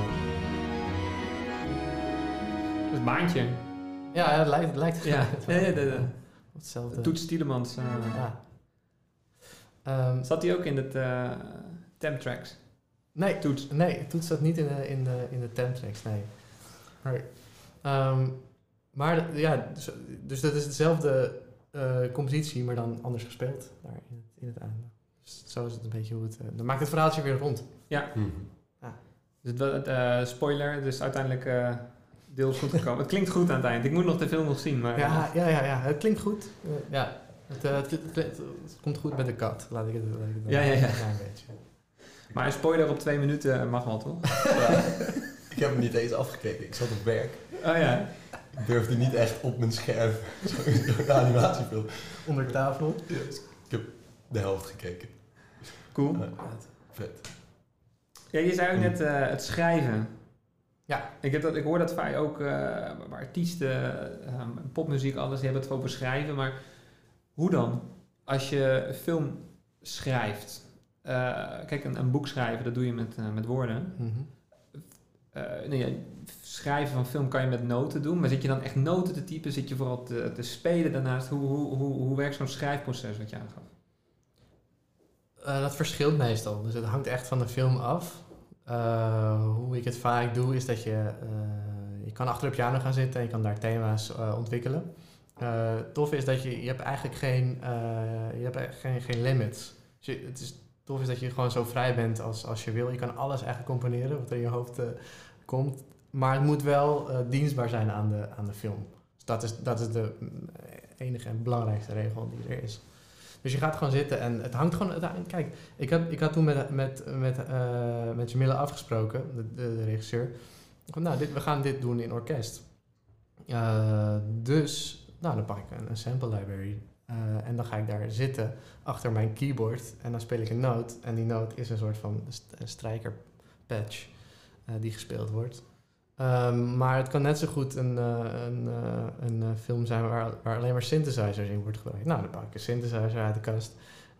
[SPEAKER 1] is Baantje.
[SPEAKER 3] Ja, het lijkt
[SPEAKER 1] hetzelfde. Toets Tielemans. Zat hij ook in het Temp-tracks?
[SPEAKER 3] Nee, Toets zat niet in de Temp-tracks, nee. Maar dus dat is dezelfde compositie, maar dan anders gespeeld daar in het einde. Dus zo is het een beetje hoe het... dan maakt het verhaaltje weer rond.
[SPEAKER 1] Ja. Dus spoiler, het is uiteindelijk deels goed gekomen. Het klinkt goed aan het eind. Ik moet nog de film nog zien, maar...
[SPEAKER 3] Ja, het klinkt goed. Het komt goed met de kat, laat ik het
[SPEAKER 1] Ja.
[SPEAKER 3] een beetje.
[SPEAKER 1] Maar een spoiler op 2 minuten mag wel, toch?
[SPEAKER 2] Ja. Ik heb hem niet eens afgekeken. Ik zat op werk.
[SPEAKER 1] Oh ja.
[SPEAKER 2] Ik durfde niet echt op mijn scherm zo'n animatiefilm.
[SPEAKER 3] Onder tafel?
[SPEAKER 2] Dus ik heb de helft gekeken.
[SPEAKER 1] Cool.
[SPEAKER 2] Vet.
[SPEAKER 1] Ja, je zei ook net het schrijven.
[SPEAKER 3] Ja.
[SPEAKER 1] Ik hoor dat vaak ook artiesten, popmuziek, alles, die hebben het over schrijven. Maar hoe dan? Als je een film schrijft. Kijk, een boek schrijven, dat doe je met woorden.
[SPEAKER 3] Mm-hmm.
[SPEAKER 1] Schrijven van film kan je met noten doen. Maar zit je dan echt noten te typen? Zit je vooral te spelen daarnaast? Hoe werkt zo'n schrijfproces wat je aangaf?
[SPEAKER 3] Dat verschilt meestal. Dus het hangt echt van de film af. Hoe ik het vaak doe is dat je kan achter de piano gaan zitten en je kan daar thema's ontwikkelen. Tof is dat je hebt eigenlijk geen limits. Dus het is tof is dat je gewoon zo vrij bent als je wil. Je kan alles eigenlijk componeren wat er in je hoofd komt. Maar het moet wel dienstbaar zijn aan de film. Dus dat is de enige en belangrijkste regel die er is. Dus je gaat gewoon zitten en het hangt gewoon... Kijk, ik had toen met Jamila afgesproken, de regisseur. Nou, we gaan dit doen in orkest. Dus, dan pak ik een sample library. En dan ga ik daar zitten achter mijn keyboard. En dan speel ik een noot. En die noot is een soort van strijkerpatch die gespeeld wordt. Maar het kan net zo goed een film zijn waar alleen maar synthesizers in wordt gebruikt. Nou, dan pak ik een synthesizer uit de kast.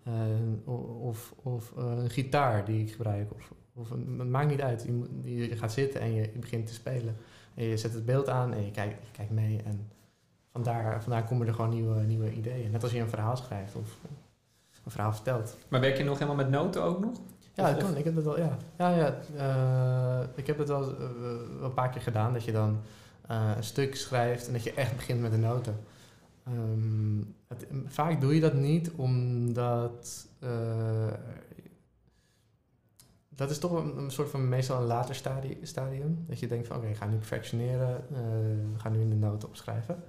[SPEAKER 3] Of een gitaar die ik gebruik. Het maakt niet uit. Je gaat zitten en je begint te spelen. En je zet het beeld aan en je kijkt mee. En vandaar komen er gewoon nieuwe ideeën. Net als je een verhaal schrijft of een verhaal vertelt.
[SPEAKER 1] Maar werk je nog helemaal met noten ook nog?
[SPEAKER 3] Ja, dat kan. Ik heb dat wel, ik heb het wel een paar keer gedaan. Dat je dan een stuk schrijft en dat je echt begint met de noten. Vaak doe je dat niet, omdat... dat is toch een soort van meestal een later stadium. Dat je denkt van oké, ik ga nu perfectioneren. We gaan nu in de noten opschrijven.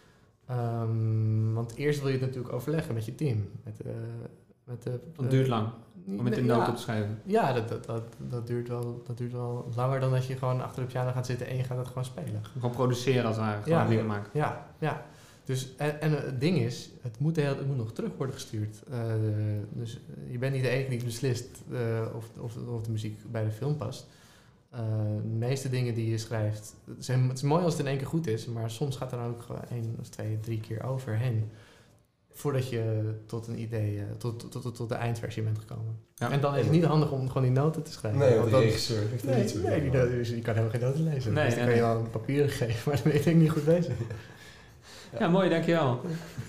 [SPEAKER 3] Want eerst wil je het natuurlijk overleggen met je team.
[SPEAKER 1] Dat duurt lang, om met de noten op te schrijven.
[SPEAKER 3] Ja, dat duurt wel langer dan dat je gewoon achter de piano gaat zitten en je gaat het gewoon spelen.
[SPEAKER 1] Gewoon produceren als het ware, gewoon dingen maken.
[SPEAKER 3] Ja. Dus, en het ding is, het moet nog terug worden gestuurd. Dus je bent niet de enige die beslist of de muziek bij de film past. De meeste dingen die je schrijft, het is mooi als het in één keer goed is, maar soms gaat er dan ook 1 of 2, 3 keer overheen. Voordat je tot een idee, tot de eindversie bent gekomen. Ja. En dan is het niet handig om gewoon die noten te schrijven.
[SPEAKER 2] Nee, want de regisseur heeft er niet zo
[SPEAKER 3] die kan helemaal geen noten lezen. Dus dan kan je wel een papier geven, maar dan ben je denk ik niet goed bezig.
[SPEAKER 1] Ja, mooi, dankjewel.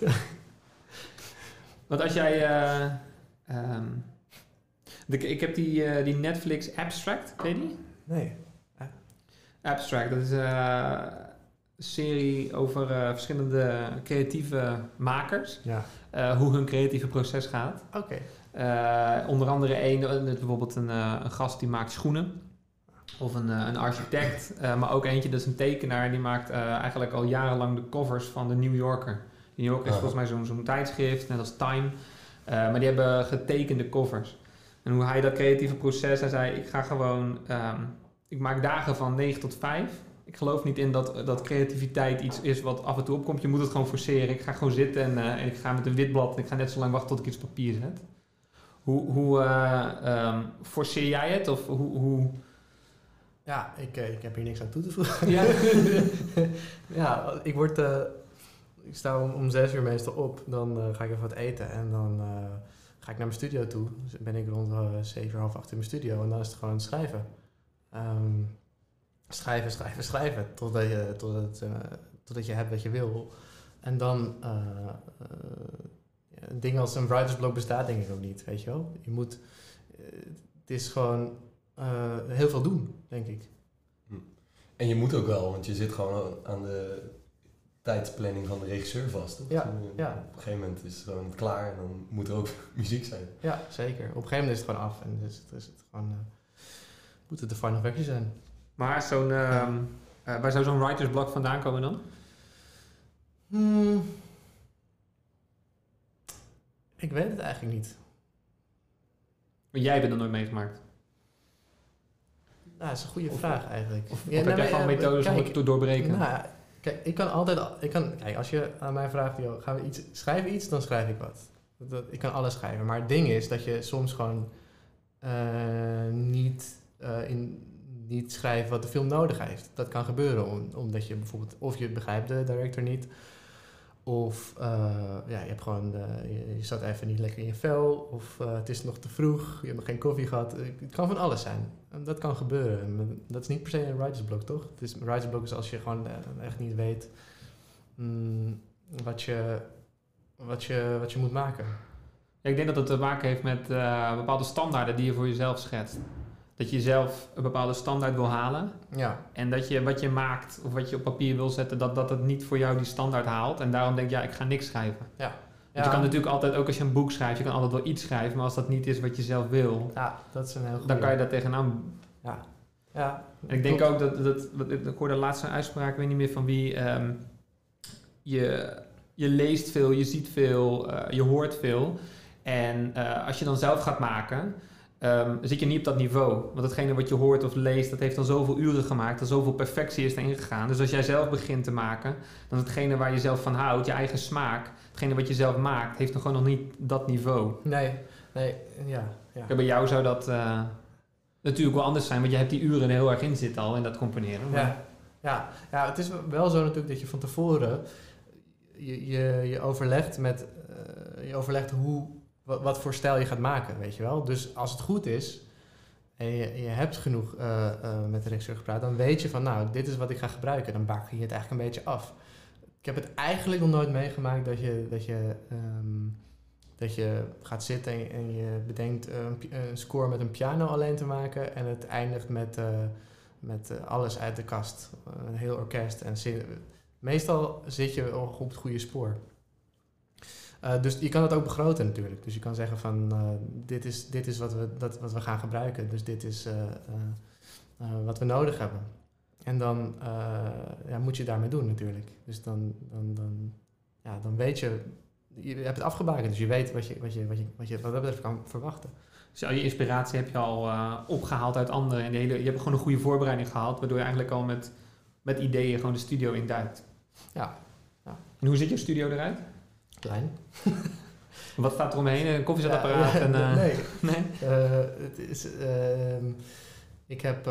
[SPEAKER 1] Want als jij... ik heb die Netflix Abstract, ken je die?
[SPEAKER 3] Nee.
[SPEAKER 1] Abstract, dat is een serie over verschillende creatieve makers. Ja. Hoe hun creatieve proces gaat.
[SPEAKER 3] Oké.
[SPEAKER 1] Onder andere bijvoorbeeld een gast die maakt schoenen. Of een architect, maar ook eentje, dat is een tekenaar, die maakt eigenlijk al jarenlang de covers van de New Yorker. De New Yorker is volgens mij zo'n tijdschrift, net als Time. Maar die hebben getekende covers. En hoe hij dat creatieve proces, hij zei, ik ga gewoon, ik maak dagen van 9 tot 5. Ik geloof niet in dat creativiteit iets is wat af en toe opkomt. Je moet het gewoon forceren. Ik ga gewoon zitten en ik ga met een wit blad en ik ga net zo lang wachten tot ik iets op papier zet. Hoe forceer jij het? Of hoe...
[SPEAKER 3] Ja, ik heb hier niks aan toe te voegen. Ja, ja ik sta om 6 uur meestal op. Dan ga ik even wat eten en dan ga ik naar mijn studio toe. Dus ben ik rond 7, half 8 in mijn studio en dan is het gewoon schrijven. Schrijven. Totdat je hebt wat je wil. En dan dingen als een writersblok bestaat denk ik ook niet, weet je wel. Je moet... het is gewoon... heel veel doen, denk ik.
[SPEAKER 2] En je moet ook wel, want je zit gewoon aan de tijdsplanning van de regisseur vast. Toch?
[SPEAKER 3] Ja.
[SPEAKER 2] Op een gegeven moment is het gewoon klaar en dan moet er ook muziek zijn.
[SPEAKER 3] Ja, zeker. Op een gegeven moment is het gewoon af en dus is het gewoon, moet het de final versie zijn.
[SPEAKER 1] Maar waar zou zo'n writersblok vandaan komen dan?
[SPEAKER 3] Ik weet het eigenlijk niet.
[SPEAKER 1] Maar jij hebt het er nooit meegemaakt?
[SPEAKER 3] Nou, dat is een goede vraag eigenlijk.
[SPEAKER 1] Of heb jij gewoon methodes om het te doorbreken?
[SPEAKER 3] Nou, kijk, kijk, als je aan mij vraagt, schrijf iets, dan schrijf ik wat. Ik kan alles schrijven. Maar het ding is dat je soms gewoon niet schrijft wat de film nodig heeft. Dat kan gebeuren omdat je bijvoorbeeld, of je begrijpt de director niet, of je hebt gewoon, je zat even niet lekker in je vel, of het is nog te vroeg, je hebt nog geen koffie gehad. Het kan van alles zijn. En dat kan gebeuren. Dat is niet per se een writersblok, toch? Een writersblok is als je gewoon echt niet weet wat je moet maken.
[SPEAKER 1] Ja, ik denk dat het te maken heeft met bepaalde standaarden die je voor jezelf schetst. Dat je zelf een bepaalde standaard wil halen.
[SPEAKER 3] Ja.
[SPEAKER 1] En dat je wat je maakt of wat je op papier wil zetten, dat het niet voor jou die standaard haalt. En daarom denk ik, ik ga niks schrijven.
[SPEAKER 3] Ja.
[SPEAKER 1] Want je kan natuurlijk altijd, ook als je een boek schrijft, je kan altijd wel iets schrijven. Maar als dat niet is wat je zelf wil,
[SPEAKER 3] Dat is een heel goed.
[SPEAKER 1] dan kan je daar tegenaan.
[SPEAKER 3] Ja.
[SPEAKER 1] En ik denk ook ik hoorde laatst een uitspraak, ik weet niet meer van wie. Je leest veel, je ziet veel, je hoort veel. En als je dan zelf gaat maken, zit je niet op dat niveau. Want hetgene wat je hoort of leest, dat heeft dan zoveel uren gemaakt, er zoveel perfectie is erin gegaan. Dus als jij zelf begint te maken, dan is hetgene waar je zelf van houdt, je eigen smaak, hetgene wat je zelf maakt, heeft nog gewoon nog niet dat niveau.
[SPEAKER 3] Nee, ja.
[SPEAKER 1] Bij jou zou dat natuurlijk wel anders zijn, want je hebt die uren er heel erg in zitten al in dat componeren. Maar...
[SPEAKER 3] Ja, het is wel zo natuurlijk dat je van tevoren je overlegt met wat voor stijl je gaat maken, weet je wel. Dus als het goed is en je hebt genoeg met de regisseur gepraat, dan weet je van, nou, dit is wat ik ga gebruiken. Dan bakken je het eigenlijk een beetje af. Ik heb het eigenlijk nog nooit meegemaakt dat je gaat zitten en je bedenkt een score met een piano alleen te maken en het eindigt met alles uit de kast. Een heel orkest en meestal zit je op het goede spoor. Dus je kan het ook begroten natuurlijk. Dus je kan zeggen van dit is wat we gaan gebruiken. Dus dit is wat we nodig hebben. En dan moet je daarmee doen natuurlijk. Dus dan weet je hebt het afgebakend. Dus je weet wat je wat dat betreft kan verwachten.
[SPEAKER 1] Dus al je inspiratie heb je al opgehaald uit anderen. En je hebt gewoon een goede voorbereiding gehad, waardoor je eigenlijk al met ideeën gewoon de studio induikt.
[SPEAKER 3] Ja.
[SPEAKER 1] En hoe ziet je studio eruit?
[SPEAKER 3] Klein.
[SPEAKER 1] Wat staat er omheen? Een koffiezetapparaat?
[SPEAKER 3] Nee.
[SPEAKER 1] Nee?
[SPEAKER 3] Het is... ik heb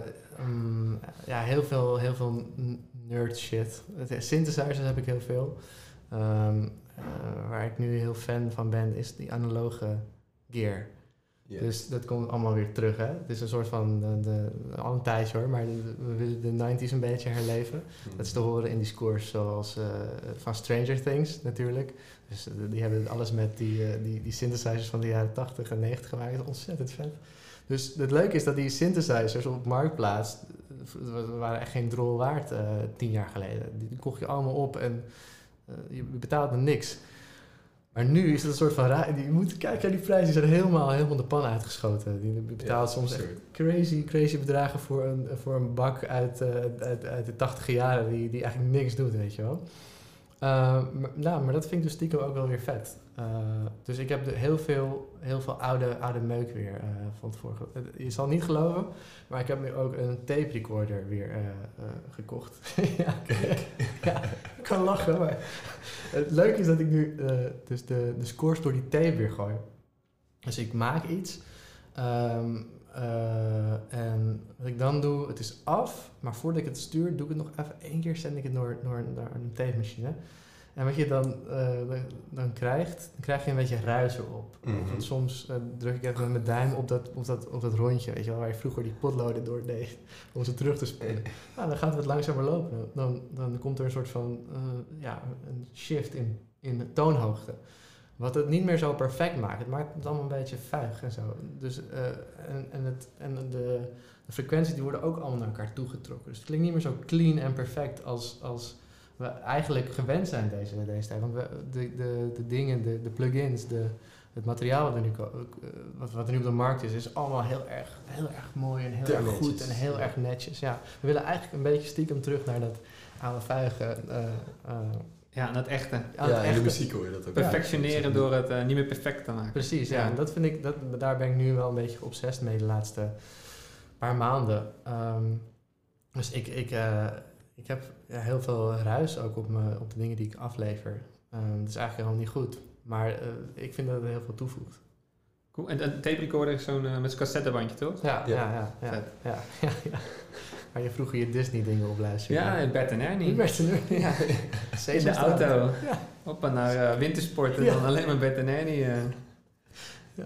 [SPEAKER 3] heel veel nerd shit. Synthesizers heb ik heel veel. Waar ik nu heel fan van ben, is die analoge gear. Yeah. Dus dat komt allemaal weer terug, hè. Het is een soort van, al een tijdje hoor, maar we willen de 90s een beetje herleven. Dat is te horen in die scores zoals van Stranger Things natuurlijk. Dus die hebben alles met die synthesizers van de jaren 80 en 90 gemaakt. Ontzettend vet. Dus het leuke is dat die synthesizers op Marktplaats, waren echt geen drol waard 10 jaar geleden. Die kocht je allemaal op en je betaalde niks. Maar nu is het een soort van je moet kijken naar die prijzen, die zijn helemaal de pan uitgeschoten. Die betaalt soms echt crazy bedragen voor een bak uit de 80 jaren die eigenlijk niks doet, weet je wel. Maar dat vind ik dus stiekem ook wel weer vet. Dus ik heb heel veel oude meuk weer van het vorige. Je zal het niet geloven, maar ik heb nu ook een tape recorder weer gekocht. Ja, ik kan lachen, maar het leuke is dat ik nu dus de scores door die tape weer gooi. Dus ik maak iets en wat ik dan doe, het is af, maar voordat ik het stuur, doe ik het nog even 1 keer, zend ik het door een tape machine. En wat je dan krijg je een beetje ruis erop. Mm-hmm. Want soms druk ik even met mijn duim op dat rondje, weet je wel, waar je vroeger die potloden door deed, om ze terug te spelen. Nou, dan gaat het wat langzamer lopen. Dan komt er een soort van een shift in de toonhoogte. Wat het niet meer zo perfect maakt. Het maakt het allemaal een beetje vuig en zo. Dus, de frequenties die worden ook allemaal naar elkaar toegetrokken. Dus het klinkt niet meer zo clean en perfect als we eigenlijk gewend zijn deze tijd. Want de dingen, de plugins, het materiaal wat er nu op de markt is allemaal heel erg mooi en heel erg netjes. Goed en heel erg netjes. Ja, we willen eigenlijk een beetje stiekem terug naar dat oude vuige.
[SPEAKER 1] En dat echte.
[SPEAKER 2] In de muziek hoor je dat ook.
[SPEAKER 1] Perfectioneren door het niet meer perfect te maken.
[SPEAKER 3] Precies, ja. En dat vind ik, daar ben ik nu wel een beetje geobsessed mee de laatste paar maanden. Dus ik heb heel veel ruis ook op de dingen die ik aflever. Dat is eigenlijk helemaal niet goed. Maar ik vind dat het heel veel toevoegt.
[SPEAKER 1] Cool. En een tape recorder is zo'n met zo'n cassettebandje, toch?
[SPEAKER 3] Ja. Waar je vroeger je Disney dingen op luisterde.
[SPEAKER 1] Ja, Bert en Ernie.
[SPEAKER 3] Bert en Ernie, ja.
[SPEAKER 1] In de auto. Ja. Hoppa naar wintersport en dan alleen maar Bert en Ernie.
[SPEAKER 3] Ja.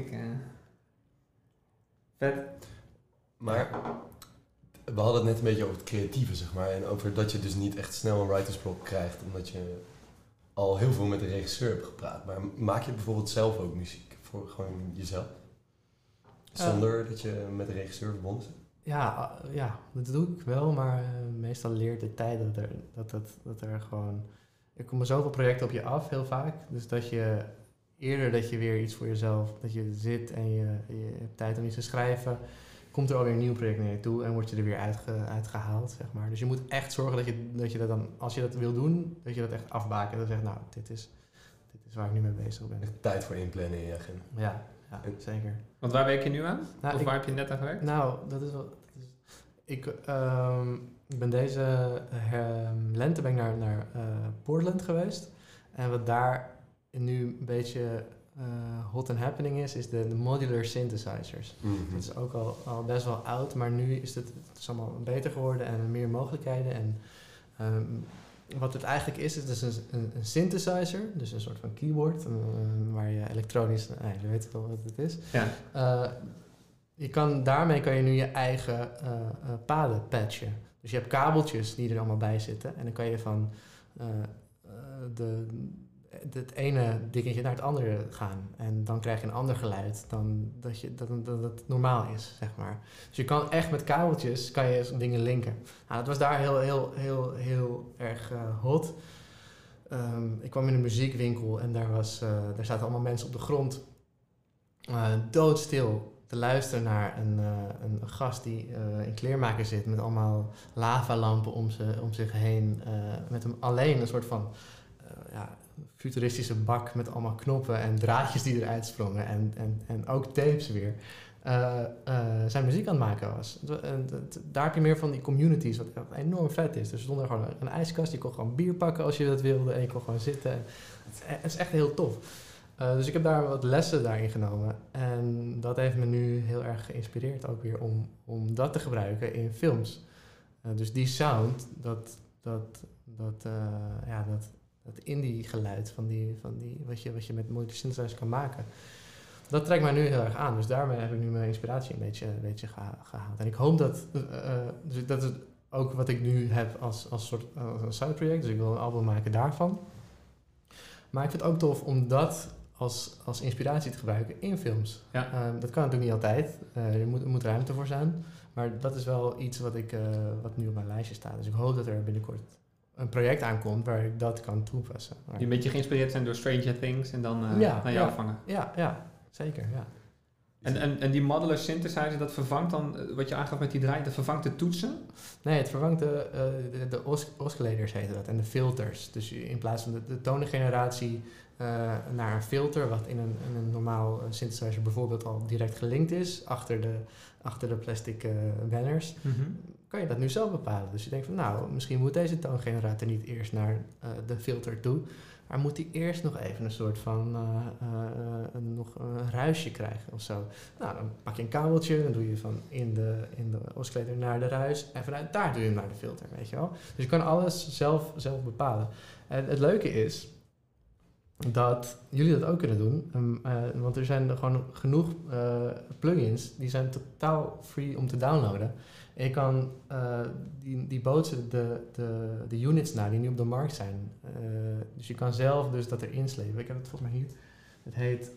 [SPEAKER 1] Vet.
[SPEAKER 2] Maar we hadden het net een beetje over het creatieve, zeg maar. En over dat je dus niet echt snel een writersblok krijgt, omdat je al heel veel met de regisseur hebt gepraat. Maar maak je bijvoorbeeld zelf ook muziek voor gewoon jezelf? Zonder dat je met de regisseur verbonden zit?
[SPEAKER 3] Ja, dat doe ik wel, maar meestal leert de tijd dat er gewoon... Er komen zoveel projecten op je af, heel vaak. Dus dat je eerder dat je weer iets voor jezelf... Dat je zit en je hebt tijd om iets te schrijven... Komt er alweer een nieuw project naar je toe en word je er weer uitgehaald, zeg maar. Dus je moet echt zorgen dat je dat dan... Als je dat wil doen, dat je dat echt afbaken. Dat je zegt, nou, dit is waar ik nu mee bezig ben.
[SPEAKER 2] Echt tijd voor inplannen in je agenda.
[SPEAKER 3] Ja, zeker.
[SPEAKER 1] Want waar werk je nu aan?
[SPEAKER 3] Nou,
[SPEAKER 1] Of waar heb je net aan gewerkt?
[SPEAKER 3] Nou, dat is wel... Ik ben deze lente ben ik naar Portland geweest. En wat daar nu een beetje hot and happening is de modular synthesizers.
[SPEAKER 2] Mm-hmm.
[SPEAKER 3] Dat is ook al best wel oud, maar nu is het is allemaal beter geworden en meer mogelijkheden. En wat het eigenlijk is dus een synthesizer, dus een soort van keyboard, waar je elektronisch... je weet wel wat het is.
[SPEAKER 1] Ja.
[SPEAKER 3] Daarmee kan je nu je eigen paden patchen. Dus je hebt kabeltjes die er allemaal bij zitten. En dan kan je van het ene dingetje naar het andere gaan. En dan krijg je een ander geluid dan dat het normaal is, zeg maar. Dus je kan echt met kabeltjes kan je dingen linken. Nou, dat was daar heel erg hot. Ik kwam in een muziekwinkel en daar zaten allemaal mensen op de grond. Doodstil te luisteren naar een gast die in kleermaker zit met allemaal lavalampen om zich heen. Met hem alleen een soort van futuristische bak met allemaal knoppen en draadjes die eruit sprongen en ook tapes weer. Zijn muziek aan het maken was. Daar heb je meer van die communities, wat enorm vet is. Dus er stond er gewoon een ijskast, je kon gewoon bier pakken als je dat wilde en je kon gewoon zitten. Het is echt heel tof. Dus ik heb daar wat lessen daarin genomen. En dat heeft me nu heel erg geïnspireerd ook weer om dat te gebruiken in films. Dus die sound, dat indie geluid van die wat je met modular synthesizer kan maken. Dat trekt mij nu heel erg aan. Dus daarmee heb ik nu mijn inspiratie een beetje gehaald. En ik hoop dus dat is ook wat ik nu heb als soort side project. Dus ik wil een album maken daarvan. Maar ik vind het ook tof om dat als inspiratie te gebruiken in films.
[SPEAKER 1] Ja.
[SPEAKER 3] Dat kan natuurlijk niet altijd. Er moet ruimte voor zijn. Maar dat is wel iets wat nu op mijn lijstje staat. Dus ik hoop dat er binnenkort een project aankomt waar ik dat kan toepassen.
[SPEAKER 1] Die een beetje geïnspireerd zijn door Stranger Things en dan naar jou vangen.
[SPEAKER 3] Ja, zeker, ja.
[SPEAKER 1] En die modular synthesizer, dat vervangt dan, wat je aangaf met die draai, dat vervangt de toetsen?
[SPEAKER 3] Nee, het vervangt de oscillators heet dat en de filters. Dus in plaats van de tonengeneratie naar een filter, wat in een normaal synthesizer bijvoorbeeld al direct gelinkt is, achter de plastic banners, kan je dat nu zelf bepalen. Dus je denkt van misschien moet deze toongenerator niet eerst naar de filter toe, maar moet die eerst nog even een soort van een ruisje krijgen of zo. Nou, dan pak je een kabeltje, dan doe je van in de oscillator naar de ruis en vanuit daar doe je hem naar de filter, weet je wel. Dus je kan alles zelf bepalen. En het leuke is dat jullie dat ook kunnen doen, want er zijn gewoon genoeg plugins die zijn totaal free om te downloaden. En je kan die bootsen de units na die nu op de markt zijn. Dus je kan zelf dus dat erin slepen. Ik heb het volgens mij hier. Het heet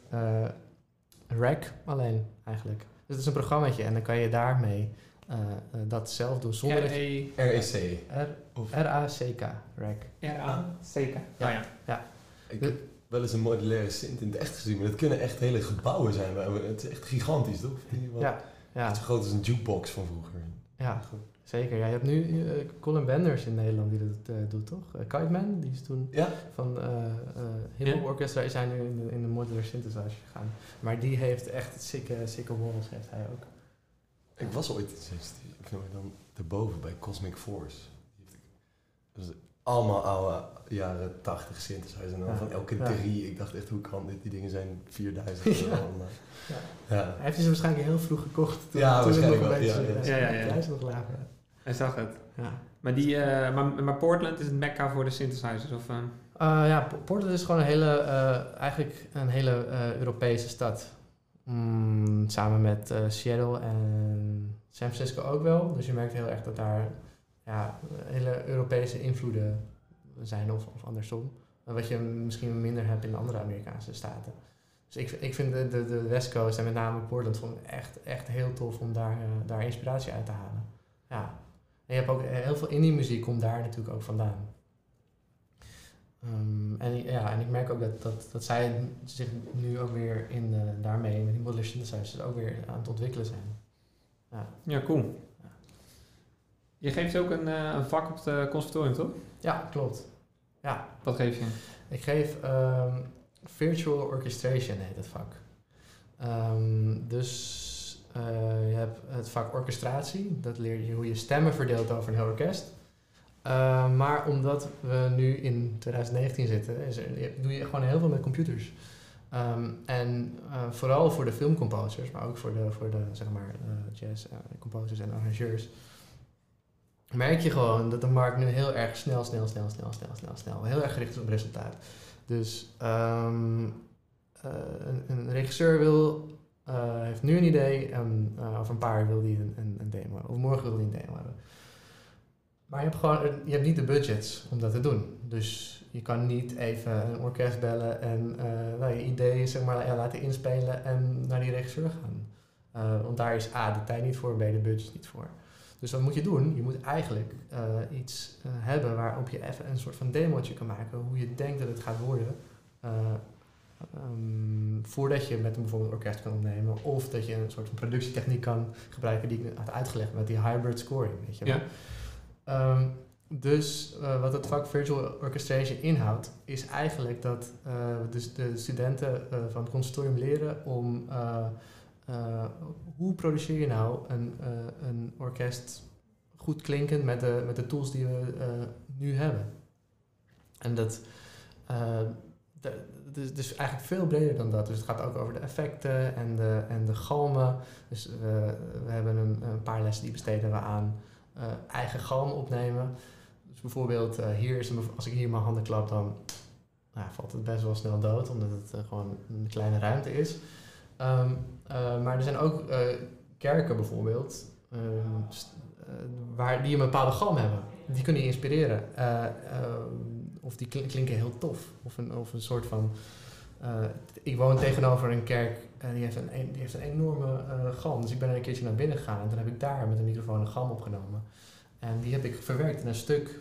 [SPEAKER 3] Rack alleen eigenlijk. Dus het is een programmaatje en dan kan je daarmee dat zelf doen zonder
[SPEAKER 2] REC.
[SPEAKER 3] R-A-C-K. Rack.
[SPEAKER 1] R-A-C-K.
[SPEAKER 3] Ja.
[SPEAKER 2] Ik heb wel eens een modulaire synth in het echt gezien, maar dat kunnen echt hele gebouwen zijn. Het is echt gigantisch, toch?
[SPEAKER 3] Ja.
[SPEAKER 2] Het is zo groot als een jukebox van vroeger.
[SPEAKER 3] Ja, zeker. Ja, je hebt nu Colin Benders in Nederland die dat doet, toch? Kiteman, die is toen van Hip-Hop Orchestra zijn nu in de modular synthesizer gegaan. Maar die heeft echt sikke walls, heeft hij ook.
[SPEAKER 2] Ik was ooit dan erboven bij Cosmic Force. Dat is allemaal oude jaren 80 synthesizers en dan van elke 3. Ik dacht echt, hoe kan dit? Die dingen zijn 4000 euro.
[SPEAKER 3] Hij heeft ze waarschijnlijk heel vroeg gekocht. Toen
[SPEAKER 2] waarschijnlijk
[SPEAKER 3] nog
[SPEAKER 2] wel.
[SPEAKER 3] De prijs nog lager.
[SPEAKER 1] Hij zag het.
[SPEAKER 3] Ja.
[SPEAKER 1] Maar Portland is het mekka voor de synthesizers? Of,
[SPEAKER 3] Portland is gewoon eigenlijk een hele Europese stad. Samen met Seattle en San Francisco ook wel. Dus je merkt heel erg dat daar hele Europese invloeden zijn of andersom. Wat je misschien minder hebt in de andere Amerikaanse staten. Dus ik vind de West Coast en met name Portland vond ik echt heel tof om daar inspiratie uit te halen. Ja. En je hebt ook heel veel indie muziek komt daar natuurlijk ook vandaan. En ik merk ook dat zij zich nu ook weer daarmee met die modular synthesizers ook weer aan het ontwikkelen zijn.
[SPEAKER 1] Ja, cool.
[SPEAKER 3] Ja.
[SPEAKER 1] Je geeft ook een vak op het conservatorium, toch?
[SPEAKER 3] Ja, klopt. Ja.
[SPEAKER 1] Wat geef je?
[SPEAKER 3] Ik geef Virtual Orchestration heet het vak. Je hebt het vak orchestratie. Dat leer je hoe je stemmen verdeelt over een heel orkest. Maar omdat we nu in 2019 zitten, doe je gewoon heel veel met computers. Vooral voor de filmcomposers, maar ook voor de zeg maar, jazz composers en arrangeurs, merk je gewoon dat de markt nu heel erg snel, heel erg gericht is op resultaat. Dus een regisseur heeft nu een idee en over een paar jaar wil hij een demo hebben. Of morgen wil hij een demo hebben. Maar je hebt niet de budgets om dat te doen. Dus je kan niet even een orkest bellen en je idee zeg maar, laten inspelen en naar die regisseur gaan. Want daar is A, de tijd niet voor, B, de budget niet voor. Dus wat moet je doen? Je moet eigenlijk iets hebben waarop je even een soort van demootje kan maken. Hoe je denkt dat het gaat worden. Voordat je met een bijvoorbeeld orkest kan opnemen. Of dat je een soort van productietechniek kan gebruiken die ik had uitgelegd met die hybrid scoring. Weet je wel? Ja. Wat het vak Virtual Orchestration inhoudt, is eigenlijk dat dus de studenten van het conservatorium leren om hoe produceer je nou een orkest goed klinkend met de tools die we nu hebben. En dat is eigenlijk veel breder dan dat. Dus het gaat ook over de effecten en de galmen. Dus we hebben een paar lessen die besteden we aan eigen galm opnemen. Dus bijvoorbeeld als ik hier mijn handen klap, dan valt het best wel snel dood, omdat het gewoon een kleine ruimte is. Maar er zijn ook kerken bijvoorbeeld, die een bepaalde galm hebben. Die kunnen je inspireren. Of die klinken heel tof. Of een soort van... ik woon tegenover een kerk en die heeft een enorme galm. Dus ik ben er een keertje naar binnen gegaan en toen heb ik daar met een microfoon een galm opgenomen. En die heb ik verwerkt in een stuk.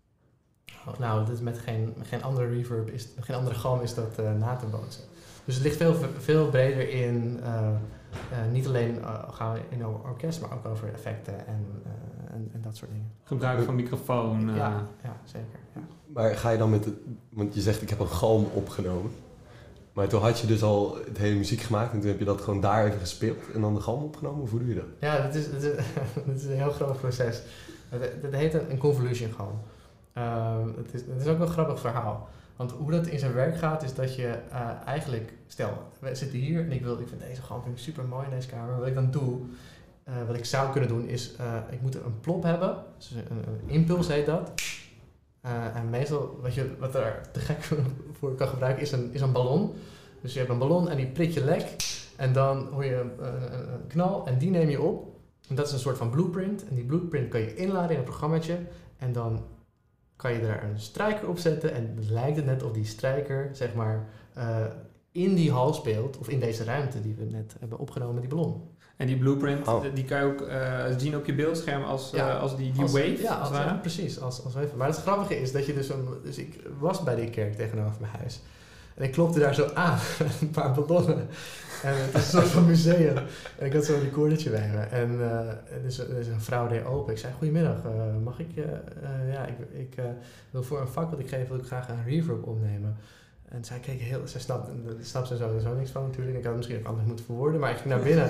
[SPEAKER 3] Dat is met geen andere reverb, geen andere galm is dat na te bootsen. Dus het ligt veel breder in, niet alleen gaan we in over orkest, maar ook over effecten en dat soort dingen.
[SPEAKER 1] Gebruik van microfoon.
[SPEAKER 3] Ja, zeker. Ja.
[SPEAKER 2] Maar ga je dan want je zegt ik heb een galm opgenomen. Maar toen had je dus al het hele muziek gemaakt en toen heb je dat gewoon daar even gespeeld en dan de galm opgenomen? Of hoe doe je dat?
[SPEAKER 3] Ja, dat is een heel groot proces. Dat heet een convolution galm. Het is ook een grappig verhaal. Want hoe dat in zijn werk gaat, is dat je eigenlijk... Stel, we zitten hier en ik vind deze galm super mooi in deze kamer. Wat ik dan doe, wat ik zou kunnen doen, is... ik moet een plop hebben. Dus een impuls heet dat. En meestal, wat er te gek voor kan gebruiken, is een ballon. Dus je hebt een ballon en die prik je lek. En dan hoor je een knal en die neem je op. En dat is een soort van blueprint. En die blueprint kan je inladen in een programmaatje. En dan kan je er een strijker op zetten. En het lijkt het net of die strijker, zeg maar, in die hal speelt. Of in deze ruimte die we net hebben opgenomen met die ballon.
[SPEAKER 1] En die blueprint, die kan je ook zien op je beeldscherm als die wave?
[SPEAKER 3] Ja, precies, als wave. Maar het grappige is dat je dus ik was bij die kerk tegenover mijn huis. En ik klopte daar zo aan, een paar ballonnen. En het is een soort van museum. En ik had zo'n recordertje bij me. En er is een vrouw die open. Ik zei, goedemiddag, mag ik... ik wil voor een vak wat ik geef, wil ik graag een reverb opnemen. En zij keek zij snapt er sowieso niks van natuurlijk. Ik had het misschien ook anders moeten verwoorden, maar ik ging naar binnen.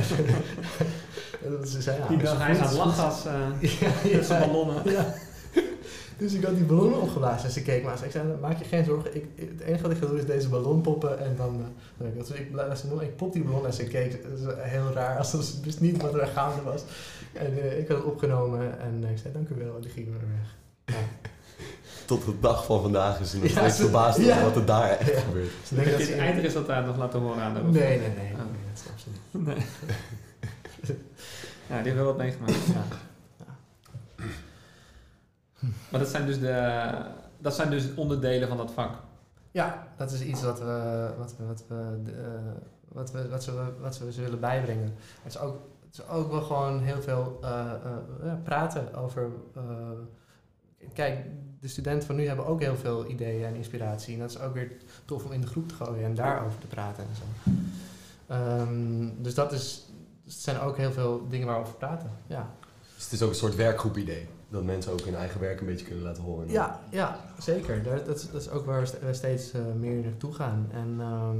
[SPEAKER 3] En ze zei,
[SPEAKER 1] die dacht, hij is aan het lachen als ballonnen. Ja.
[SPEAKER 3] Dus ik had die ballonnen opgeblazen en ze keek maar. Ik zei, maak je geen zorgen. Het enige wat ik ga doen is deze ballon poppen en dan... Dus ik pop die ballon en ze keek. Het is heel raar, als ze wist niet wat er gaande was. En ik had het opgenomen en ik zei, dank u wel. En die ging weer weg. Ja.
[SPEAKER 2] Tot de dag van vandaag is ze nog steeds verbaasd over wat er daar echt gebeurt.
[SPEAKER 1] Heb je het eindresultaat nog laten horen aan de
[SPEAKER 3] Nee, dat is absoluut.
[SPEAKER 1] Nee. Ja, die hebben wel wat meegemaakt. Ja. Maar dat zijn dus onderdelen van dat vak.
[SPEAKER 3] Ja, dat is iets wat we ze willen bijbrengen. Het is ook wel gewoon heel veel praten over... kijk, de studenten van nu hebben ook heel veel ideeën en inspiratie. En dat is ook weer tof om in de groep te gooien en daarover te praten en zo. Dus het zijn ook heel veel dingen waarover we praten. Ja.
[SPEAKER 2] Dus het is ook een soort werkgroep-idee. Dat mensen ook hun eigen werk een beetje kunnen laten horen.
[SPEAKER 3] Ja, zeker. Dat is ook waar we steeds meer naartoe gaan. En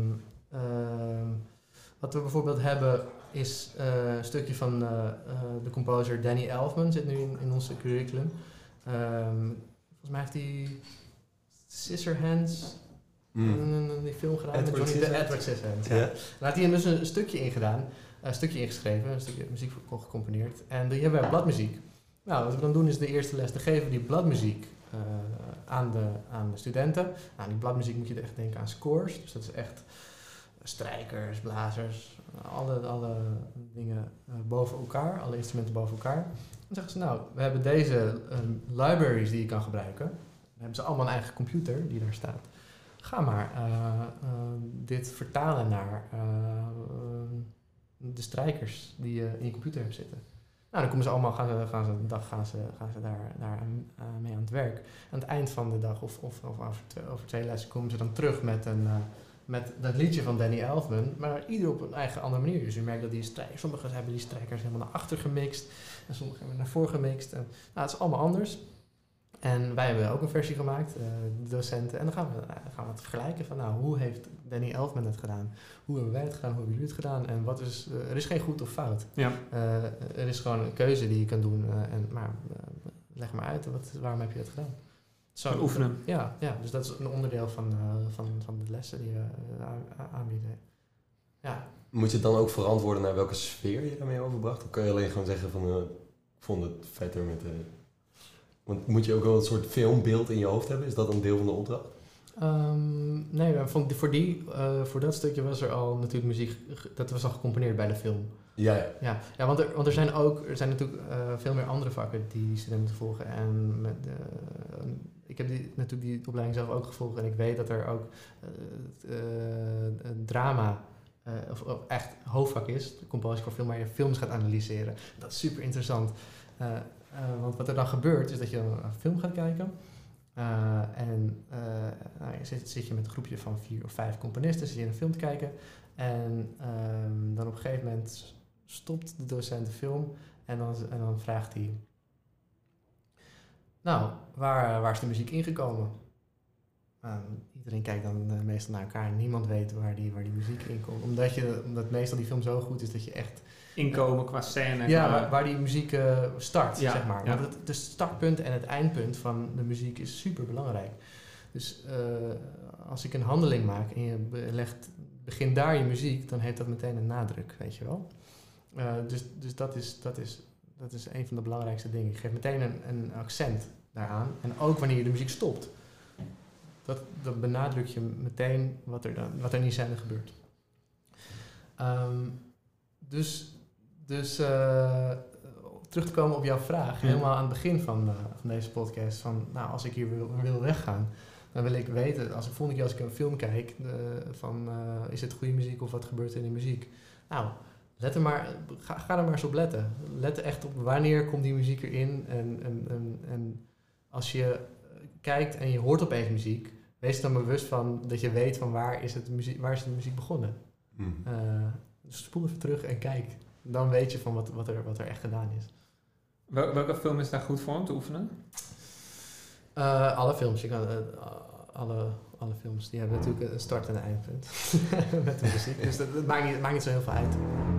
[SPEAKER 3] wat we bijvoorbeeld hebben is een stukje van de composer Danny Elfman zit nu in ons curriculum. Volgens mij heeft hij Scissorhands, die film gedaan met Edward Scissorhands. Ja. Daar had hij dus een stukje in gedaan, een stukje ingeschreven, een stukje muziek gecomponeerd. En die hebben wij bladmuziek. Nou, wat we dan doen is de eerste les, dan geven we die bladmuziek aan de studenten. Nou, die bladmuziek moet je echt denken aan scores, dus dat is echt strijkers, blazers, alle dingen boven elkaar, alle instrumenten boven elkaar. Dan zeggen ze, nou, we hebben deze libraries die je kan gebruiken. Dan hebben ze allemaal een eigen computer die daar staat. Ga maar dit vertalen naar de strijkers die je in je computer hebt zitten. Nou, dan komen ze allemaal, gaan ze daar mee aan het werk. Aan het eind van de dag of over 2 lessen komen ze dan terug met dat liedje van Danny Elfman, maar ieder op een eigen andere manier. Dus je merkt dat sommigen hebben die strijkers helemaal naar achter gemixt en sommigen hebben naar voor gemixt. En, nou, het is allemaal anders. En wij hebben ook een versie gemaakt, de docenten. En dan gaan we het vergelijken van, nou, hoe heeft Danny Elfman het gedaan? Hoe hebben wij het gedaan? Hoe hebben jullie het gedaan? En er is geen goed of fout. Ja. Er is gewoon een keuze die je kan doen. Maar leg maar uit, waarom heb je dat gedaan?
[SPEAKER 1] Zo oefenen.
[SPEAKER 3] Ja, dus dat is een onderdeel van de lessen die we aanbieden. Ja.
[SPEAKER 2] Moet je het dan ook verantwoorden naar welke sfeer je daarmee overbracht? Of kun je alleen gewoon zeggen van, ik vond het vetter met... Want moet je ook wel een soort filmbeeld in je hoofd hebben? Is dat een deel van de opdracht?
[SPEAKER 3] Nee, voor dat stukje was er al natuurlijk muziek, dat was al gecomponeerd bij de film.
[SPEAKER 2] Ja,
[SPEAKER 3] want er zijn natuurlijk veel meer andere vakken die studenten volgen. En ik heb die opleiding zelf ook gevolgd en ik weet dat er ook drama of echt hoofdvak is, de compositie voor film, waar je films gaat analyseren. Dat is super interessant. Want wat er dan gebeurt is dat je een film gaat kijken. Zit je met een groepje van 4 of 5 componisten, zit je een film te kijken. En dan op een gegeven moment stopt de docent de film en dan vraagt hij... Nou, waar is de muziek ingekomen? Iedereen kijkt dan meestal naar elkaar en niemand weet waar die muziek inkomt. Omdat meestal die film zo goed is dat je echt...
[SPEAKER 1] Inkomen qua scène.
[SPEAKER 3] Ja, waar die muziek start, zeg maar. Ja. Want het startpunt en het eindpunt van de muziek is super belangrijk. Dus als ik een handeling maak en je begint daar je muziek, dan heeft dat meteen een nadruk, weet je wel. Dus dat is een van de belangrijkste dingen. Je geeft meteen een accent daaraan. En ook wanneer je de muziek stopt. Dat benadruk je meteen wat er in die scène gebeurt. Dus terug te komen op jouw vraag, helemaal aan het begin van deze podcast, van nou, als ik hier wil weggaan, dan wil ik weten, als ik een film kijk, is het goede muziek of wat gebeurt er in de muziek? Nou, ga er maar eens op letten. Let echt op wanneer komt die muziek erin en als je kijkt en je hoort opeens muziek, wees er dan bewust van dat je weet van waar is de muziek begonnen. Dus spoel even terug en kijk. Dan weet je van wat er echt gedaan is.
[SPEAKER 1] Welke film is daar goed voor om te oefenen?
[SPEAKER 3] Alle films. Alle films die hebben natuurlijk een start- en een eindpunt. Met de muziek. Dus dat maakt niet zo heel veel uit.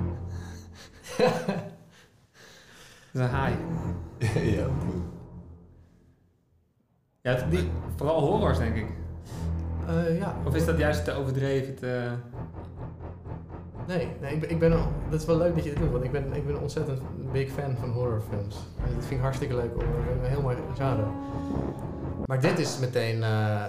[SPEAKER 1] Dat is een haai.
[SPEAKER 2] Ja.
[SPEAKER 1] Ja, vooral horrors, denk ik.
[SPEAKER 3] Ja.
[SPEAKER 1] Of is dat juist te overdreven?
[SPEAKER 3] Nee, dat is wel leuk dat je dit doet, want ik ben ontzettend een big fan van horrorfilms. Dat vind ik hartstikke leuk, een heel mooi genre. Maar dit is meteen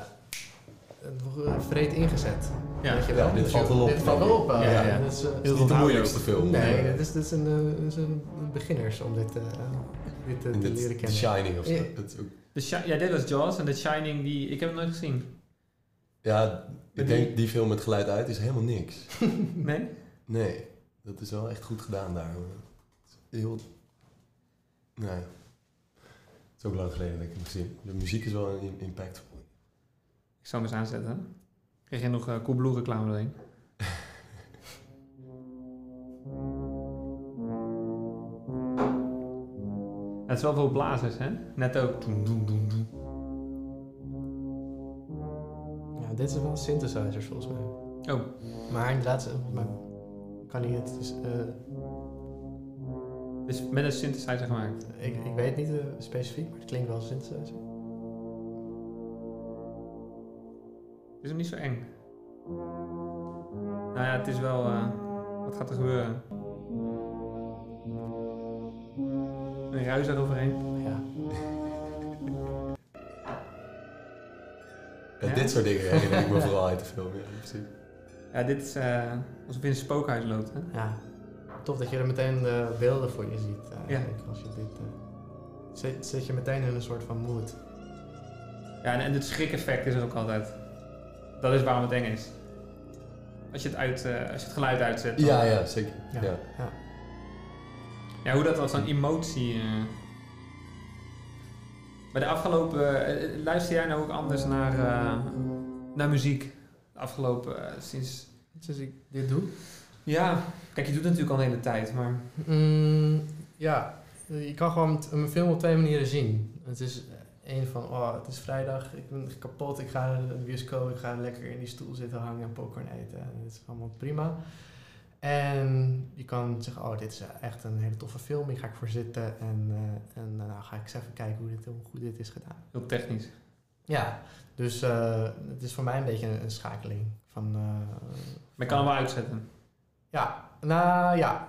[SPEAKER 3] vreed ingezet.
[SPEAKER 2] Ja, weet je wel. Dit valt wel op.
[SPEAKER 3] Dit valt wel op.
[SPEAKER 2] Ja.
[SPEAKER 3] Dat is
[SPEAKER 2] niet de moeilijkste film.
[SPEAKER 3] Nee, dit is een beginners om dit te leren kennen.
[SPEAKER 2] The Shining of zo.
[SPEAKER 1] Ja, dit was Jaws en The Shining, ik heb het nooit gezien.
[SPEAKER 2] Ja, ik denk die film met geluid uit is helemaal niks.
[SPEAKER 1] Nee?
[SPEAKER 2] Nee, dat is wel echt goed gedaan daar. Heel... Nee. Het is ook lang geleden dat ik hem gezien. De muziek is wel een impactvol.
[SPEAKER 1] Ik zal hem eens aanzetten. Krijg je nog Coolblue reclame erin? Het is wel veel blazers, hè? Net ook.
[SPEAKER 3] Ja, dit is wel synthesizers volgens mij.
[SPEAKER 1] Oh.
[SPEAKER 3] Maar inderdaad, volgens mij kan hij het... Dus,
[SPEAKER 1] Het is met een synthesizer gemaakt.
[SPEAKER 3] ik weet niet specifiek, maar het klinkt wel als een synthesizer.
[SPEAKER 1] Het is hem niet zo eng. Nou ja, het is wel... wat gaat er gebeuren? Een ruis eroverheen.
[SPEAKER 3] Ja.
[SPEAKER 2] Ja, dit soort dingen herinner ik me vooral uit de film. Ja, precies.
[SPEAKER 1] Ja, dit is alsof je in een spookhuis loopt, hè?
[SPEAKER 3] Ja. Tof dat je er meteen beelden voor je ziet.
[SPEAKER 1] Ja.
[SPEAKER 3] Als je dit... zet je meteen in een soort van mood.
[SPEAKER 1] Ja, en het schrikeffect is er ook altijd. Dat is waarom het eng is. Als je het geluid uitzet. Dan,
[SPEAKER 2] Ja, zeker.
[SPEAKER 3] Ja.
[SPEAKER 2] Ja.
[SPEAKER 3] Ja.
[SPEAKER 1] Ja, hoe dat als zo'n emotie... Bij de afgelopen... luister jij nou ook anders naar muziek? De afgelopen... sinds
[SPEAKER 3] ik dit doe?
[SPEAKER 1] Ja, kijk, je doet het natuurlijk al een hele tijd, maar...
[SPEAKER 3] Ja, je kan gewoon een film op twee manieren zien. Het is één van, het is vrijdag, ik ben kapot, ik ga naar de bioscoop, ik ga lekker in die stoel zitten hangen en popcorn eten. En het is allemaal prima. En je kan zeggen, dit is echt een hele toffe film, hier ga ik voor zitten en nou ga ik eens even kijken hoe goed dit is gedaan.
[SPEAKER 1] Heel technisch.
[SPEAKER 3] Ja, dus het is voor mij een beetje een schakeling. Van,
[SPEAKER 1] Maar je kan hem wel uitzetten.
[SPEAKER 3] Ja, nou ja.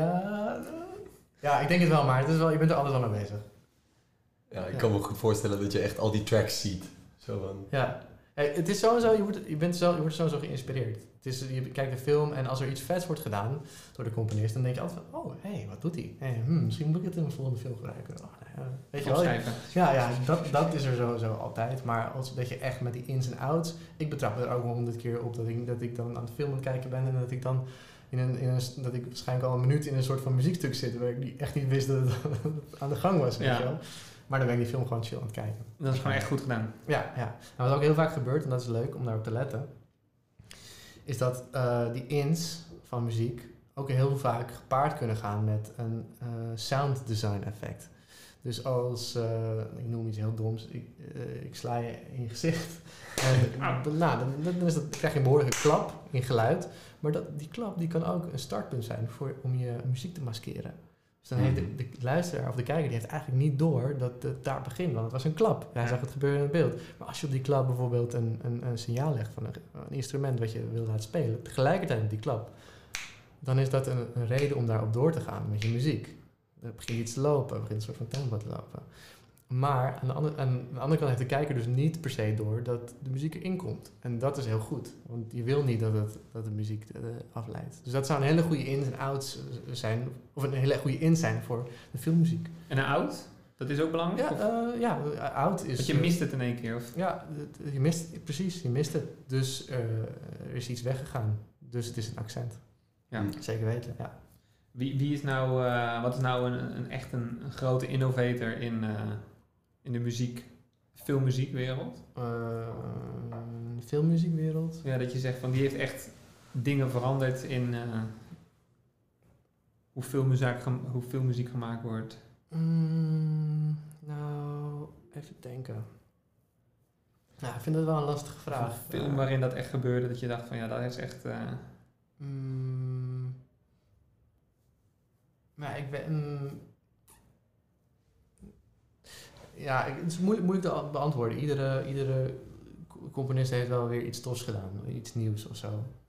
[SPEAKER 3] Ja, ik denk het wel, maar het is wel, je bent er altijd wel mee bezig.
[SPEAKER 2] Ja, ik kan me goed voorstellen dat je echt al die tracks ziet. Zo van...
[SPEAKER 3] Ja. Hey, het is sowieso, je wordt sowieso geïnspireerd. Je kijkt de film en als er iets vets wordt gedaan door de componist, dan denk je altijd van, wat doet hij? Misschien moet ik het in mijn volgende film gebruiken. Weet je wel? Ja, dat is er sowieso altijd. Maar dat je echt met die ins en outs... Ik betrap me er ook wel 100 keer op dat ik dan aan de film aan het kijken ben en dat ik dan dat ik waarschijnlijk al een minuut in een soort van muziekstuk zit waar ik echt niet wist dat het aan de gang was. Weet je wel? Maar dan ben ik die film gewoon chill aan het kijken.
[SPEAKER 1] Dat is gewoon echt goed gedaan.
[SPEAKER 3] Ja. Nou, wat ook heel vaak gebeurt, en dat is leuk om daarop te letten, is dat die ins van muziek ook heel vaak gepaard kunnen gaan met een sound design effect. Dus als, ik noem iets heel doms, ik sla je in je gezicht. En dan krijg je een behoorlijke klap in geluid. Maar die klap die kan ook een startpunt zijn om je muziek te maskeren. Dus dan heeft de luisteraar of de kijker die heeft eigenlijk niet door dat het daar begint. Want het was een klap. Hij zag het gebeuren in het beeld. Maar als je op die klap bijvoorbeeld een signaal legt van een instrument wat je wil laten spelen, tegelijkertijd met die klap, dan is dat een reden om daarop door te gaan met je muziek. Dan begint iets te lopen, begint een soort van tempo te lopen. Maar aan de andere kant heeft de kijker dus niet per se door dat de muziek erin komt. En dat is heel goed, want je wil niet dat de muziek afleidt. Dus dat zou een hele goede ins en outs zijn, of een hele goede in zijn voor de filmmuziek.
[SPEAKER 1] En een out? Dat is ook belangrijk?
[SPEAKER 3] Ja, out is...
[SPEAKER 1] Want je mist het in één keer? Of?
[SPEAKER 3] Ja, je mist het. Dus er is iets weggegaan. Dus het is een accent.
[SPEAKER 1] Ja.
[SPEAKER 3] Zeker weten, ja.
[SPEAKER 1] Wie is nou, wat is nou echt een grote innovator in de filmmuziekwereld?
[SPEAKER 3] Filmmuziekwereld?
[SPEAKER 1] Ja, dat je zegt van die heeft echt dingen veranderd in hoe filmmuziek gemaakt wordt.
[SPEAKER 3] Nou, even denken. Nou, ik vind dat wel een lastige vraag.
[SPEAKER 1] Een film waarin dat echt gebeurde, dat je dacht van ja, dat is echt...
[SPEAKER 3] Maar ik ben... het is moeilijk te beantwoorden. Iedere componist heeft wel weer iets tofs gedaan. Iets nieuws of zo.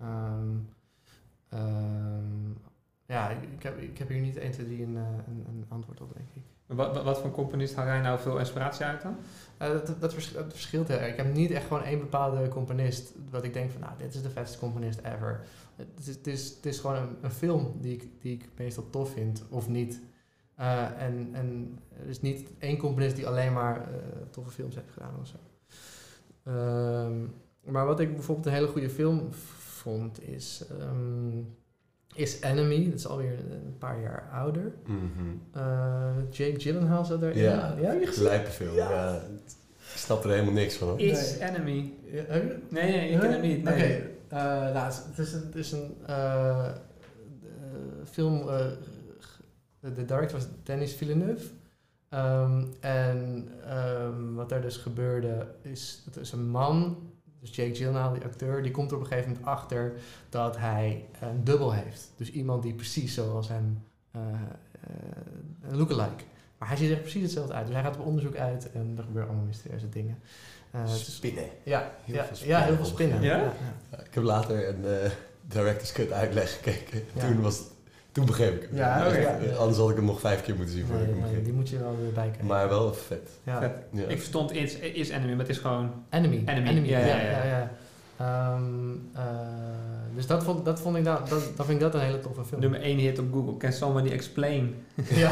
[SPEAKER 3] Ik heb hier niet 1, 2, 3 een antwoord op, denk ik.
[SPEAKER 1] Wat voor componist haal jij nou veel inspiratie uit dan?
[SPEAKER 3] Dat verschilt heel erg. Ik heb niet echt gewoon één bepaalde componist wat ik denk van, nou, dit is de vetste componist ever. Het is gewoon een film die ik meestal tof vind, of niet. En er is niet één componist die alleen maar toffe films heeft gedaan of zo. Maar wat ik bijvoorbeeld een hele goede film vond is Enemy. Dat is alweer een paar jaar ouder. Jake Gyllenhaal zat erin.
[SPEAKER 2] Ja,
[SPEAKER 3] heb je gezien?
[SPEAKER 2] lijpenfilm. Ja. Ik snap er helemaal niks van. Hoor.
[SPEAKER 1] Is Enemy.
[SPEAKER 3] Ja, heb je?
[SPEAKER 1] Nee, ik ken hem niet. Nee.
[SPEAKER 3] Oké, nou, het is een film. De director was Denis Villeneuve. Wat er dus gebeurde is, het is een man, dus Jake Gyllenhaal, die acteur, die komt er op een gegeven moment achter dat hij een dubbel heeft. Dus iemand die precies zoals hem een lookalike. Maar hij ziet er precies hetzelfde uit. Dus hij gaat op onderzoek uit en er gebeuren allemaal mysterieuze dingen.
[SPEAKER 2] Spinnen.
[SPEAKER 3] Heel veel spinnen.
[SPEAKER 1] Ja?
[SPEAKER 2] Ja, ik heb later een director's cut uitleg gekeken.
[SPEAKER 3] Ja.
[SPEAKER 2] Toen begreep ik hem.
[SPEAKER 3] Ja,
[SPEAKER 2] Echt, anders had ik hem nog 5 keer moeten zien voordat ik hem begreep.
[SPEAKER 3] Die moet je wel weer bijkijken.
[SPEAKER 2] Maar wel vet.
[SPEAKER 3] Ja.
[SPEAKER 1] Vet.
[SPEAKER 2] Ja.
[SPEAKER 1] Ik verstond is Enemy, maar het is gewoon...
[SPEAKER 3] Enemy.
[SPEAKER 1] Ja.
[SPEAKER 3] Dus dat vind ik dat een hele toffe film.
[SPEAKER 1] Nummer 1 hit op Google. Can somebody explain?
[SPEAKER 3] Ja.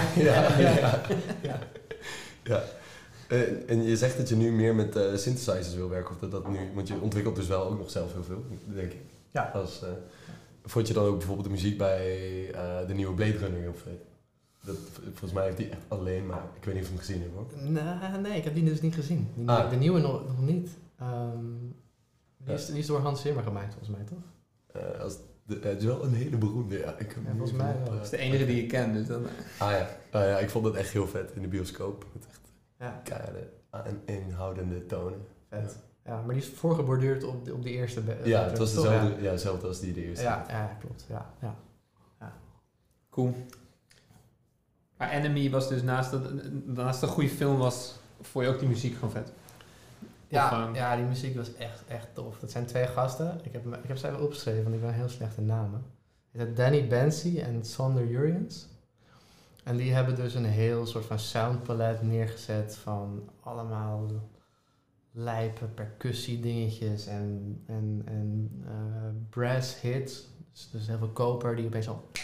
[SPEAKER 2] En je zegt dat je nu meer met synthesizers wil werken. Of dat nu, want je ontwikkelt dus wel ook nog zelf heel veel, denk ik.
[SPEAKER 3] Ja.
[SPEAKER 2] Vond je dan ook bijvoorbeeld de muziek bij de nieuwe Blade Runner heel vet? Volgens mij heeft die echt alleen, maar ik weet niet of je hem gezien hebt hoor.
[SPEAKER 3] Nee, ik heb die dus niet gezien. De nieuwe nog niet. Die is door Hans Zimmer gemaakt volgens mij, toch?
[SPEAKER 2] Het is wel een hele beroemde, ja.
[SPEAKER 3] Volgens mij wel.
[SPEAKER 1] Dat is de enige die ik ken. Dus dan...
[SPEAKER 2] ja, ik vond het echt heel vet in de bioscoop. Met echt keiharde en inhoudende tonen.
[SPEAKER 3] Vet. Ja, maar die is voorgeborduurd op de eerste.
[SPEAKER 2] Ja, het was dezelfde als die de eerste.
[SPEAKER 3] Ja, klopt. Ja.
[SPEAKER 1] Cool. Maar Enemy was dus naast dat het een goede film was, vond je ook die muziek gewoon vet?
[SPEAKER 3] Ja, die muziek was echt tof. Dat zijn 2 gasten. Ik heb ze even opgeschreven, want ik ben heel slecht in namen. Het heet Danny Bensi en Sander Jurjens. En die hebben dus een heel soort van soundpalet neergezet van allemaal lijpe percussie dingetjes en brass hits. Dus heel veel koper die opeens al...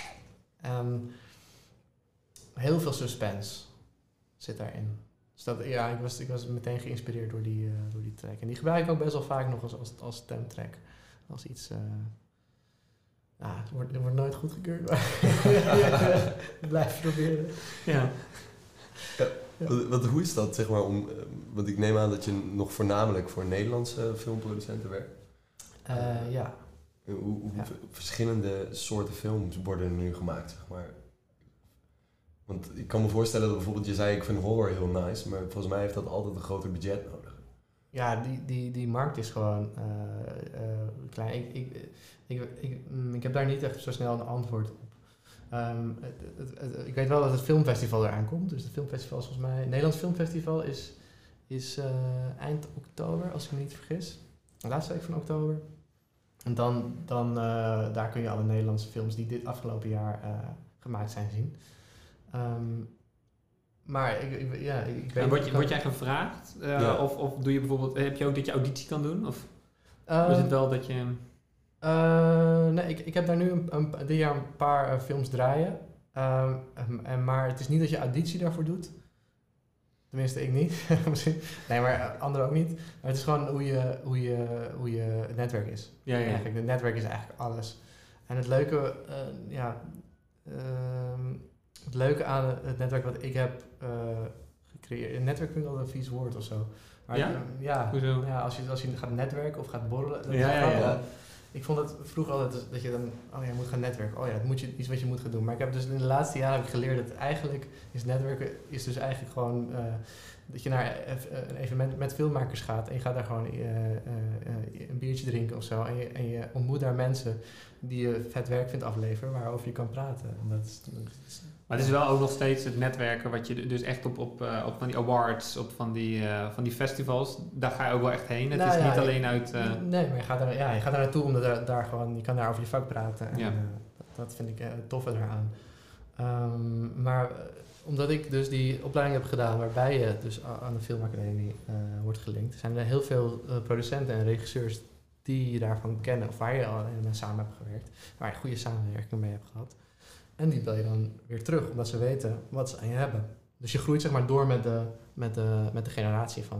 [SPEAKER 3] heel veel suspense zit daarin. Dus ik was meteen geïnspireerd door die track. En die gebruik ik ook best wel vaak nog als stemtrack. Als iets... het wordt nooit goedgekeurd, maar blijf proberen.
[SPEAKER 1] Ja.
[SPEAKER 2] Hoe is dat, zeg maar, want ik neem aan dat je nog voornamelijk voor Nederlandse filmproducenten werkt.
[SPEAKER 3] Ja.
[SPEAKER 2] Hoe verschillende soorten films worden er nu gemaakt, zeg maar? Want ik kan me voorstellen dat bijvoorbeeld je zei, ik vind horror heel nice, maar volgens mij heeft dat altijd een groter budget nodig.
[SPEAKER 3] Ja, die markt is gewoon klein. Ik heb daar niet echt zo snel een antwoord op. Ik weet wel dat het filmfestival eraan komt. Dus het filmfestival is volgens mij... Het Nederlands Filmfestival is eind oktober, als ik me niet vergis. De laatste week van oktober. En dan daar kun je alle Nederlandse films die dit afgelopen jaar gemaakt zijn zien. Maar ik weet
[SPEAKER 1] En word jij gevraagd? Of doe je bijvoorbeeld... Heb je ook dat je auditie kan doen? Of is het wel dat je...
[SPEAKER 3] Nee, ik heb daar nu dit jaar een paar films draaien. Maar het is niet dat je auditie daarvoor doet. Tenminste, ik niet. Nee, maar anderen ook niet. Maar het is gewoon hoe je het netwerk is.
[SPEAKER 1] Ja.
[SPEAKER 3] Eigenlijk, het netwerk is eigenlijk alles. En het leuke... het leuke aan het netwerk wat ik heb gecreëerd... Een netwerk vind ik altijd een vies woord of zo. Maar
[SPEAKER 1] hoezo?
[SPEAKER 3] Ja, als je gaat netwerken of gaat borrelen...
[SPEAKER 1] Ja.
[SPEAKER 3] Ik vond het vroeger altijd dat je dan... je moet gaan netwerken. Dat iets wat je moet gaan doen. Maar ik heb dus in de laatste jaren heb ik geleerd dat eigenlijk is netwerken... is dus eigenlijk gewoon... dat je naar een evenement met filmmakers gaat... en je gaat daar gewoon een biertje drinken of zo... en je ontmoet daar mensen die je vet werk vindt afleveren... waarover je kan praten. En dat is,
[SPEAKER 1] maar het is wel ook nog steeds het netwerken... wat je dus echt op van die awards... op van die festivals... daar ga je ook wel echt heen. Het is niet alleen uit...
[SPEAKER 3] Nee, maar je gaat daar naartoe... omdat daar gewoon, je kan daar over je vak praten. En, dat vind ik tof eraan. Maar omdat ik dus die opleiding heb gedaan... waarbij je dus aan de filmacademie wordt gelinkt... zijn er heel veel producenten en regisseurs... die je daarvan kennen... of waar je al mee samen hebt gewerkt... waar je goede samenwerking mee hebt gehad... En die bel je dan weer terug, omdat ze weten wat ze aan je hebben. Dus je groeit zeg maar door met de generatie van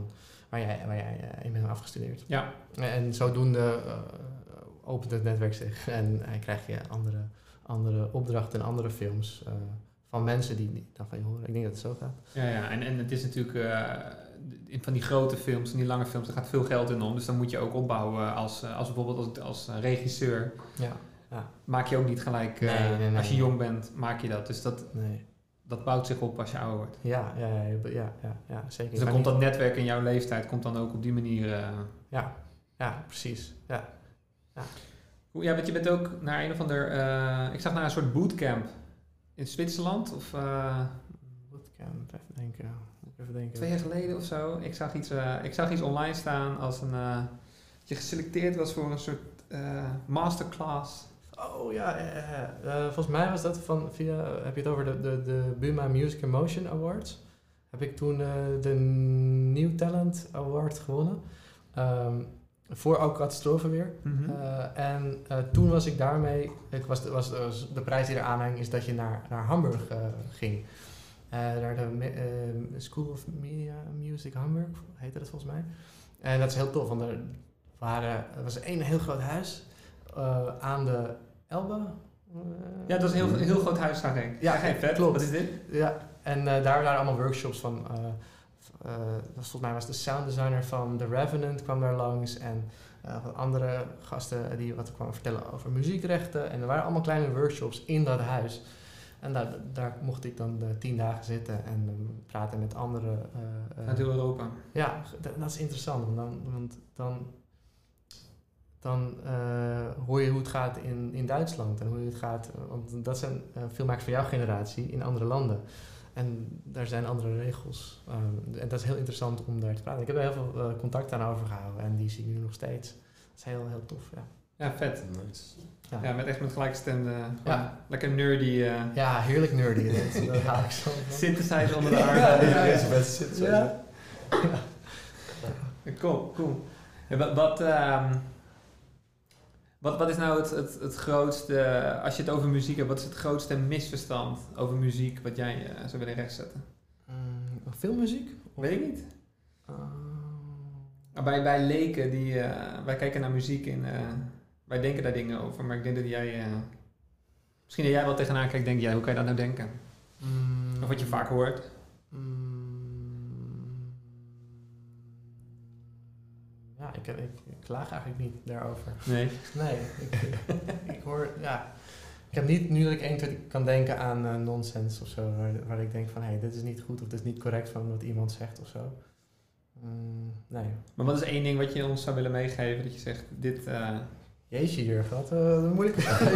[SPEAKER 3] waar jij in bent afgestudeerd.
[SPEAKER 1] Ja.
[SPEAKER 3] En zodoende opent het netwerk zich en krijg je andere opdrachten en andere films van mensen die dan van je horen. Ik denk dat het zo gaat.
[SPEAKER 1] Ja. En het is natuurlijk van die grote films en die lange films, daar gaat veel geld in om. Dus dan moet je ook opbouwen als bijvoorbeeld als regisseur.
[SPEAKER 3] Ja.
[SPEAKER 1] Maak je ook niet gelijk,
[SPEAKER 3] Nee.
[SPEAKER 1] als je jong bent, maak je dat. Dus
[SPEAKER 3] Nee.
[SPEAKER 1] dat bouwt zich op als je ouder wordt.
[SPEAKER 3] Ja, zeker.
[SPEAKER 1] Dus dan komt dat netwerk in jouw leeftijd komt dan ook op die manier.
[SPEAKER 3] Ja, precies. Ja.
[SPEAKER 1] Ja, want je bent ook naar een of ander, ik zag naar een soort bootcamp in Zwitserland of
[SPEAKER 3] Bootcamp, even denken.
[SPEAKER 1] 2 jaar geleden of zo. Ik zag iets online staan als dat je geselecteerd was voor een soort masterclass.
[SPEAKER 3] Oh ja. Volgens mij was dat heb je het over de Buma Music and Motion Awards. Heb ik toen de New Talent Award gewonnen. Voor ook Catastrofe weer.
[SPEAKER 1] Mm-hmm.
[SPEAKER 3] En toen was ik daarmee... de prijs die eraan hing is dat je naar Hamburg ging. Naar de School of Media Music Hamburg, heette dat volgens mij. En dat is heel tof, want er was één heel groot huis aan de Elbe.
[SPEAKER 1] Ja, dat is een heel groot huis, zag ik.
[SPEAKER 3] Ja,
[SPEAKER 1] geen vet.
[SPEAKER 3] klopt.
[SPEAKER 1] Wat is dit?
[SPEAKER 3] Ja, en daar waren allemaal workshops van... volgens mij was de sounddesigner van The Revenant kwam daar langs en wat andere gasten die wat kwamen vertellen over muziekrechten. En er waren allemaal kleine workshops in dat huis. En daar mocht ik dan 10 dagen zitten en praten met andere...
[SPEAKER 1] Uit heel Europa.
[SPEAKER 3] Ja, dat is interessant, want dan hoor je hoe het gaat in Duitsland en hoe het gaat... Want dat zijn filmmakers van jouw generatie in andere landen. En daar zijn andere regels. En dat is heel interessant om daar te praten. Ik heb er heel veel contact aan overgehouden en die zie ik nu nog steeds. Dat is heel tof, ja.
[SPEAKER 1] Ja, vet.
[SPEAKER 2] Nice.
[SPEAKER 1] Ja, met echt met gelijkstemde.
[SPEAKER 3] Ja.
[SPEAKER 1] Lekker nerdy.
[SPEAKER 3] Ja, heerlijk nerdy. Dat haal ik zo van.
[SPEAKER 1] Synthesizer onder de arm.
[SPEAKER 2] Deze best zit zo.
[SPEAKER 3] Ja.
[SPEAKER 1] Cool. Ja, wat is nou het grootste, als je het over muziek hebt, wat is het grootste misverstand over muziek wat jij zou willen rechtzetten?
[SPEAKER 3] Filmmuziek?
[SPEAKER 1] Weet ik niet. Wij leken, wij kijken naar muziek en wij denken daar dingen over, maar ik denk dat jij, misschien dat jij wel tegenaan kijkt, denk jij, hoe kan je dat nou denken? Of wat je vaak hoort?
[SPEAKER 3] Ja, ik klaag eigenlijk niet daarover.
[SPEAKER 1] Nee.
[SPEAKER 3] Nee, ik hoor, ja. Ik heb niet, nu dat ik 1, 2 kan denken aan nonsens of zo, waar ik denk van, hé, dit is niet goed of dit is niet correct van wat iemand zegt of zo. Nee.
[SPEAKER 1] Maar wat is 1 ding wat je ons zou willen meegeven, dat je zegt, dit...
[SPEAKER 3] Jeetje, Jurgen, wat een moeilijke vraag.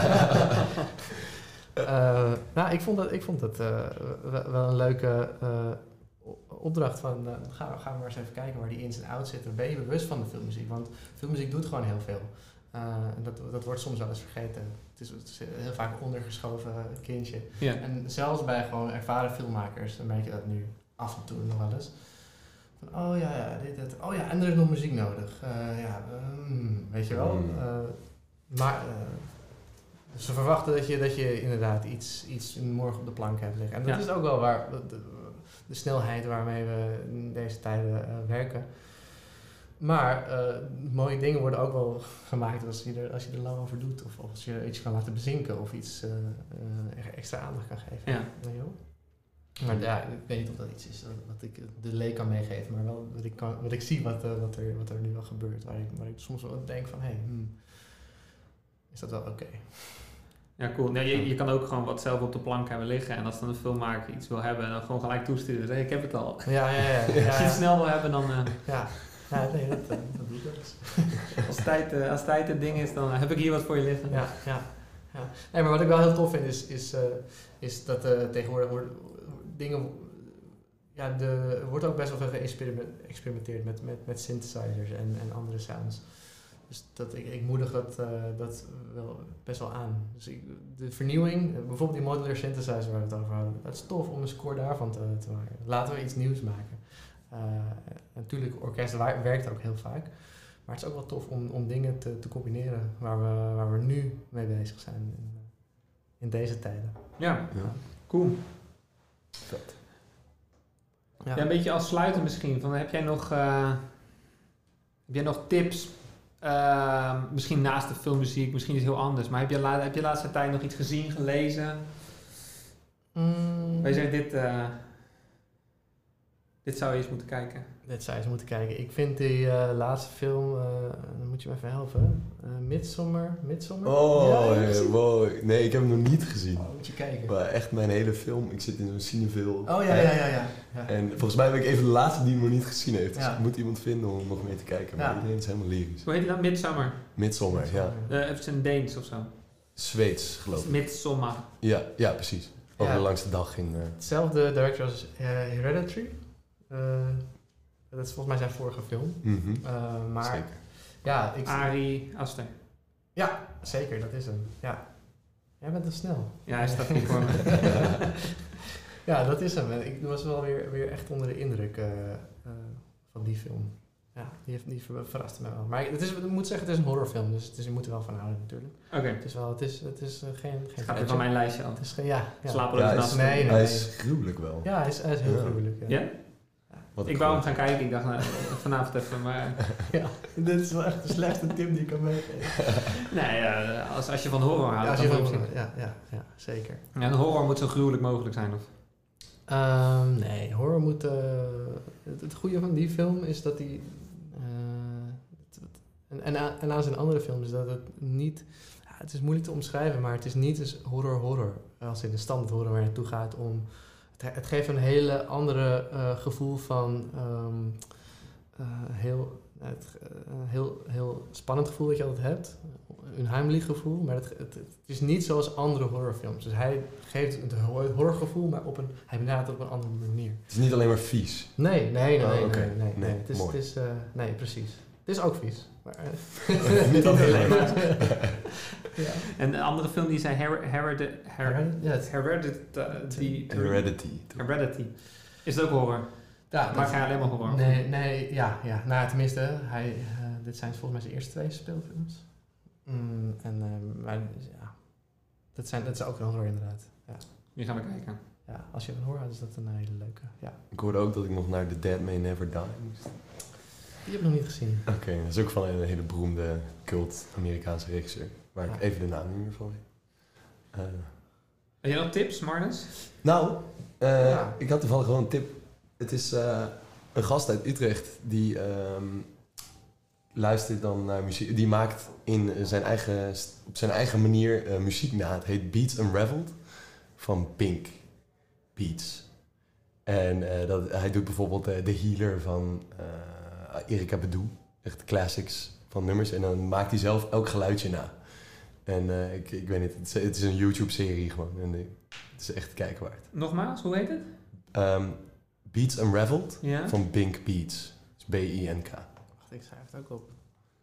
[SPEAKER 3] Nou, ik vond dat wel een leuke opdracht van, gaan we maar eens even kijken waar die ins en outs zitten. Ben je bewust van de filmmuziek? Want filmmuziek doet gewoon heel veel. En dat wordt soms wel eens vergeten. Het is heel vaak een ondergeschoven kindje.
[SPEAKER 1] Ja.
[SPEAKER 3] En zelfs bij gewoon ervaren filmmakers, dan merk je dat nu af en toe nog wel eens. Van, oh ja, dit. Oh ja, en er is nog muziek nodig. Weet je wel. Maar ze verwachten dat je inderdaad iets morgen op de plank hebt liggen. En dat is ook wel waar de snelheid waarmee we in deze tijden werken. Maar mooie dingen worden ook wel gemaakt als je er lang over doet. Of als je iets kan laten bezinken of iets extra aandacht kan geven.
[SPEAKER 1] Ja.
[SPEAKER 3] Maar ja, ik weet niet of dat iets is wat ik de leek kan meegeven. Maar wel wat ik zie wat er nu wel gebeurt. Waar ik soms wel denk van, is dat wel oké?
[SPEAKER 1] Ja, cool. Nee, je kan ook gewoon wat zelf op de plank hebben liggen. En als dan een filmmaker iets wil hebben, dan gewoon gelijk toesturen. Zeg, ik heb het al.
[SPEAKER 3] Ja.
[SPEAKER 1] Als je het snel wil hebben, dan...
[SPEAKER 3] Ja, nee, dat doe ik wel eens.
[SPEAKER 1] Als tijd het ding is, dan heb ik hier wat voor je liggen.
[SPEAKER 3] Ja. Nee, maar wat ik wel heel tof vind, is dat tegenwoordig dingen... Ja, er wordt ook best wel veel geëxperimenteerd met synthesizers en andere sounds. Dus ik moedig dat wel best wel aan. Dus de vernieuwing, bijvoorbeeld die modular synthesizer waar we het over hadden, dat is tof om een score daarvan te maken. Laten we iets nieuws maken. Natuurlijk, orkest werkt ook heel vaak. Maar het is ook wel tof om dingen te combineren waar we nu mee bezig zijn in deze tijden.
[SPEAKER 1] Ja. Cool.
[SPEAKER 2] Vet.
[SPEAKER 1] Ja, een beetje afsluiten misschien. Van, heb jij nog tips? Misschien naast de filmmuziek, misschien iets heel anders. Maar heb je de laatste tijd nog iets gezien, gelezen? Wij zeggen dit zou je eens moeten kijken.
[SPEAKER 3] Dit zou je eens moeten kijken. Ik vind die laatste film, dan moet je me even helpen. Midsommar.
[SPEAKER 2] Oh,
[SPEAKER 3] Ja,
[SPEAKER 2] wow. Nee, ik heb hem nog niet gezien.
[SPEAKER 3] Oh, moet je kijken.
[SPEAKER 2] Maar echt mijn hele film, ik zit in zo'n cinefil.
[SPEAKER 3] Oh ja.
[SPEAKER 2] En volgens mij ben ik even de laatste die hem nog niet gezien heeft. Dus
[SPEAKER 3] Ja.
[SPEAKER 2] ik moet iemand vinden om nog mee te kijken. Maar
[SPEAKER 3] Ja.
[SPEAKER 2] iedereen is helemaal lyrisch.
[SPEAKER 1] Hoe heet die dan? Midsommar?
[SPEAKER 2] Midsommar, ja.
[SPEAKER 1] Heeft het een Deens of zo?
[SPEAKER 2] Zweeds, geloof ik.
[SPEAKER 1] Midsommar.
[SPEAKER 2] Ja, precies. Over
[SPEAKER 3] Ja.
[SPEAKER 2] de langste dag in...
[SPEAKER 3] Hetzelfde director als Hereditary. Dat is volgens mij zijn vorige film. Maar
[SPEAKER 2] Zeker.
[SPEAKER 3] ja,
[SPEAKER 1] Ari Aster.
[SPEAKER 3] Ja, zeker, dat is hem. Ja. Jij bent te snel.
[SPEAKER 1] Ja, hij staat niet voor me.
[SPEAKER 3] Ja, dat is hem. En ik was wel weer echt onder de indruk van die film. Ja, die verraste me wel. Maar ik moet zeggen, het is een horrorfilm, dus je moet er wel van houden natuurlijk.
[SPEAKER 1] Oké.
[SPEAKER 3] Het is geen
[SPEAKER 1] Gaat weer van mijn lijstje af.
[SPEAKER 3] Het is geen, ja.
[SPEAKER 1] Slapeloze nacht.
[SPEAKER 3] Nee.
[SPEAKER 2] Hij is gruwelijk wel.
[SPEAKER 3] Ja, hij is heel gruwelijk.
[SPEAKER 1] Ja?
[SPEAKER 2] Wat
[SPEAKER 1] Ik wou hem gaan kijken. Ik dacht, vanavond even, maar...
[SPEAKER 3] Ja, dit is wel echt de slechtste tip die ik kan meegeven.
[SPEAKER 1] Nee, als je van horror houdt,
[SPEAKER 3] Ja,
[SPEAKER 1] dan moet je...
[SPEAKER 3] ja, zeker.
[SPEAKER 1] Ja, een horror moet zo gruwelijk mogelijk zijn, of?
[SPEAKER 3] Nee, horror moet... het goede van die film is dat hij... en aan zijn andere films is dat het niet... Ja, het is moeilijk te omschrijven, maar het is niet eens horror. Als in de standaard horror waar je naartoe gaat om... Het geeft een hele andere gevoel van... heel spannend gevoel dat je altijd hebt. Een heimelijk gevoel, maar het is niet zoals andere horrorfilms. Dus hij geeft het horrorgevoel, maar hij benadert het op een andere manier.
[SPEAKER 2] Het is niet alleen maar vies.
[SPEAKER 3] Nee.
[SPEAKER 2] Nee,
[SPEAKER 3] Nee, precies. Het is ook vies. Maar,
[SPEAKER 2] Niet alleen maar.
[SPEAKER 3] Ja.
[SPEAKER 1] En een andere film die zei Heredity. Is het ook horror?
[SPEAKER 3] Ja,
[SPEAKER 1] Maar ga je alleen maar horror?
[SPEAKER 3] Nee, ja. Nou, tenminste, dit zijn volgens mij zijn eerste 2 speelfilms. Maar ja, dat is ook een horror inderdaad. Ja.
[SPEAKER 1] Die gaan we kijken.
[SPEAKER 3] Ja, als je van horror houdt, is dat een hele leuke. Ja.
[SPEAKER 2] Ik hoorde ook dat ik nog naar The Dead May Never Die moest.
[SPEAKER 3] Die heb ik nog niet gezien.
[SPEAKER 2] Oké, dat is ook van een hele beroemde cult Amerikaanse regisseur. Waar ik even de naam niet meer van weet.
[SPEAKER 1] Heb je nog tips, Marnus?
[SPEAKER 2] Nou,
[SPEAKER 3] Ja.
[SPEAKER 2] ik had toevallig gewoon een tip. Het is een gast uit Utrecht die luistert dan naar muziek. Die maakt op zijn eigen manier muziek na. Het heet Beats Unraveled van Pink Beats. En hij doet bijvoorbeeld The Healer van Erykah Badu. Echt de classics van nummers. En dan maakt hij zelf elk geluidje na. En ik weet niet, het is een YouTube-serie gewoon. En het is echt kijken waard.
[SPEAKER 1] Nogmaals, hoe heet het?
[SPEAKER 2] Beats Unraveled
[SPEAKER 1] Ja?
[SPEAKER 2] van Pink Beats. Dus B-I-N-K.
[SPEAKER 3] Wacht, ik schrijf het ook op.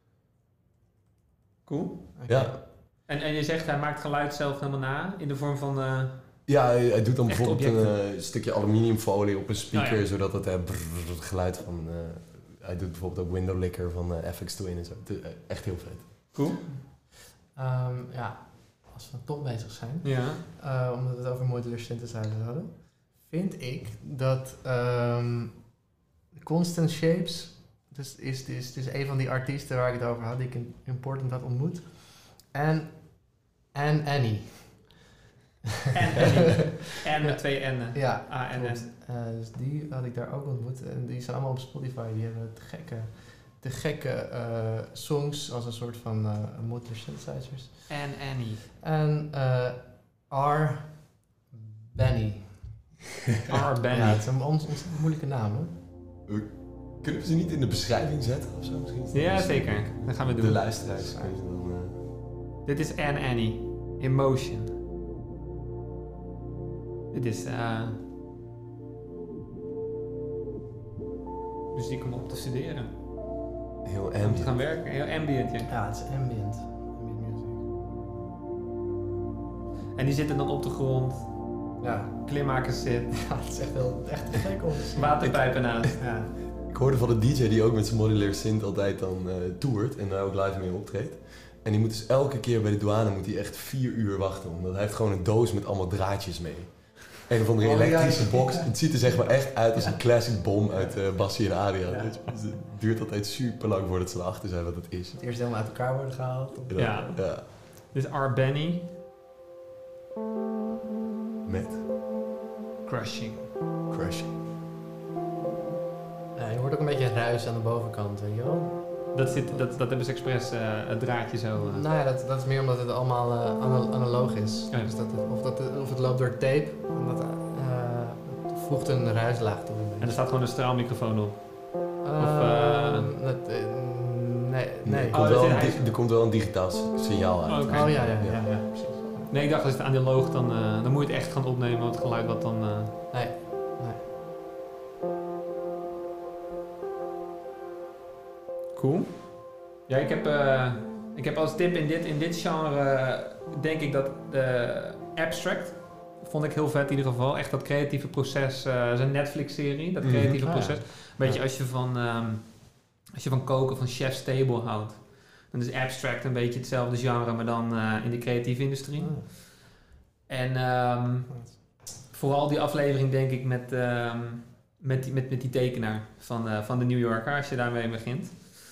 [SPEAKER 1] Cool.
[SPEAKER 3] Okay.
[SPEAKER 2] Ja.
[SPEAKER 1] En je zegt hij maakt geluid zelf helemaal na in de vorm van...
[SPEAKER 2] Ja, hij doet dan
[SPEAKER 1] Echte
[SPEAKER 2] bijvoorbeeld
[SPEAKER 1] objecten.
[SPEAKER 2] een stukje aluminiumfolie op een speaker,
[SPEAKER 1] Oh ja.
[SPEAKER 2] zodat het het geluid van... hij doet bijvoorbeeld ook Window Licker van FX Twin en zo. Echt heel vet.
[SPEAKER 1] Cool.
[SPEAKER 3] Ja, als we toch bezig zijn,
[SPEAKER 1] Ja.
[SPEAKER 3] omdat we het over modular synthesizers hadden, vind ik dat Constant Shapes, dus is een van die artiesten waar ik het over had, die ik in Important had ontmoet, en Annie.
[SPEAKER 1] En met 2 N'en.
[SPEAKER 3] Ja,
[SPEAKER 1] A-N-N.
[SPEAKER 3] klopt. Dus die had ik daar ook ontmoet. En die zijn allemaal op Spotify. Die hebben te gekke songs als een soort van modular synthesizers.
[SPEAKER 1] En Annie.
[SPEAKER 3] En R. Benny.
[SPEAKER 1] R. Benny.
[SPEAKER 3] Ja, het is een ontzettend moeilijke naam, hè?
[SPEAKER 2] Kunnen we ze niet in de beschrijving zetten of zo misschien?
[SPEAKER 1] Ja, zeker. Dat gaan we doen.
[SPEAKER 2] De luisteraars kunnen ze dan...
[SPEAKER 1] Dit is Annie. Emotion. Dit is muziek om op te studeren.
[SPEAKER 2] Heel
[SPEAKER 1] Om te
[SPEAKER 2] ambient.
[SPEAKER 1] gaan werken. Heel ambient, ja.
[SPEAKER 3] Ja, het is ambient. Ambient music.
[SPEAKER 1] En die zitten dan op de grond.
[SPEAKER 3] Ja.
[SPEAKER 1] Klimmakers zit.
[SPEAKER 3] Ja, het is echt te gek om te zien.
[SPEAKER 1] Waterpijpen naast.
[SPEAKER 3] Ja.
[SPEAKER 2] Ik hoorde van de DJ die ook met zijn modular synth altijd dan toert en daar ook live mee optreedt. En die moet dus elke keer bij de douane echt 4 uur wachten, omdat hij heeft gewoon een doos met allemaal draadjes mee. een of andere
[SPEAKER 3] Oh,
[SPEAKER 2] elektrische
[SPEAKER 3] ja.
[SPEAKER 2] box. Het ziet er zeg maar echt uit als een classic bom uit Bassie en Adriaan.
[SPEAKER 3] Ja.
[SPEAKER 2] Het duurt altijd super lang voordat ze erachter zijn wat het is.
[SPEAKER 3] Het eerst helemaal uit elkaar worden gehaald.
[SPEAKER 2] En dan-
[SPEAKER 1] Ja. Dit is R. Benny,
[SPEAKER 2] Met
[SPEAKER 1] Crushing.
[SPEAKER 2] Crushing.
[SPEAKER 3] Ja, je hoort ook een beetje ruis aan de bovenkant, weet je wel?
[SPEAKER 1] Dat hebben ze expres het draadje zo...
[SPEAKER 3] Nou ja, dat is meer omdat het allemaal analoog is.
[SPEAKER 1] Ja.
[SPEAKER 3] Dus of het loopt door tape, en dat voegt een ruislaag toe.
[SPEAKER 1] En er staat gewoon een straalmicrofoon op.
[SPEAKER 3] Nee.
[SPEAKER 2] Er komt wel een digitaal signaal uit.
[SPEAKER 1] Oké.
[SPEAKER 3] Oh ja, precies.
[SPEAKER 1] Nee, ik dacht als het analoog, dan moet je het echt gaan opnemen, het geluid wat dan...
[SPEAKER 3] Nee.
[SPEAKER 1] Cool. Ja, ik heb als tip in dit genre, denk ik dat abstract, vond ik heel vet in ieder geval. Echt dat creatieve proces, is een Netflix-serie, dat creatieve proces.
[SPEAKER 3] Ja.
[SPEAKER 1] Weet je, als je van koken, van chef's table houdt, dan is abstract een beetje hetzelfde genre, maar dan in de creatieve industrie. En vooral die aflevering denk ik met die tekenaar van de New Yorker, als je daarmee begint.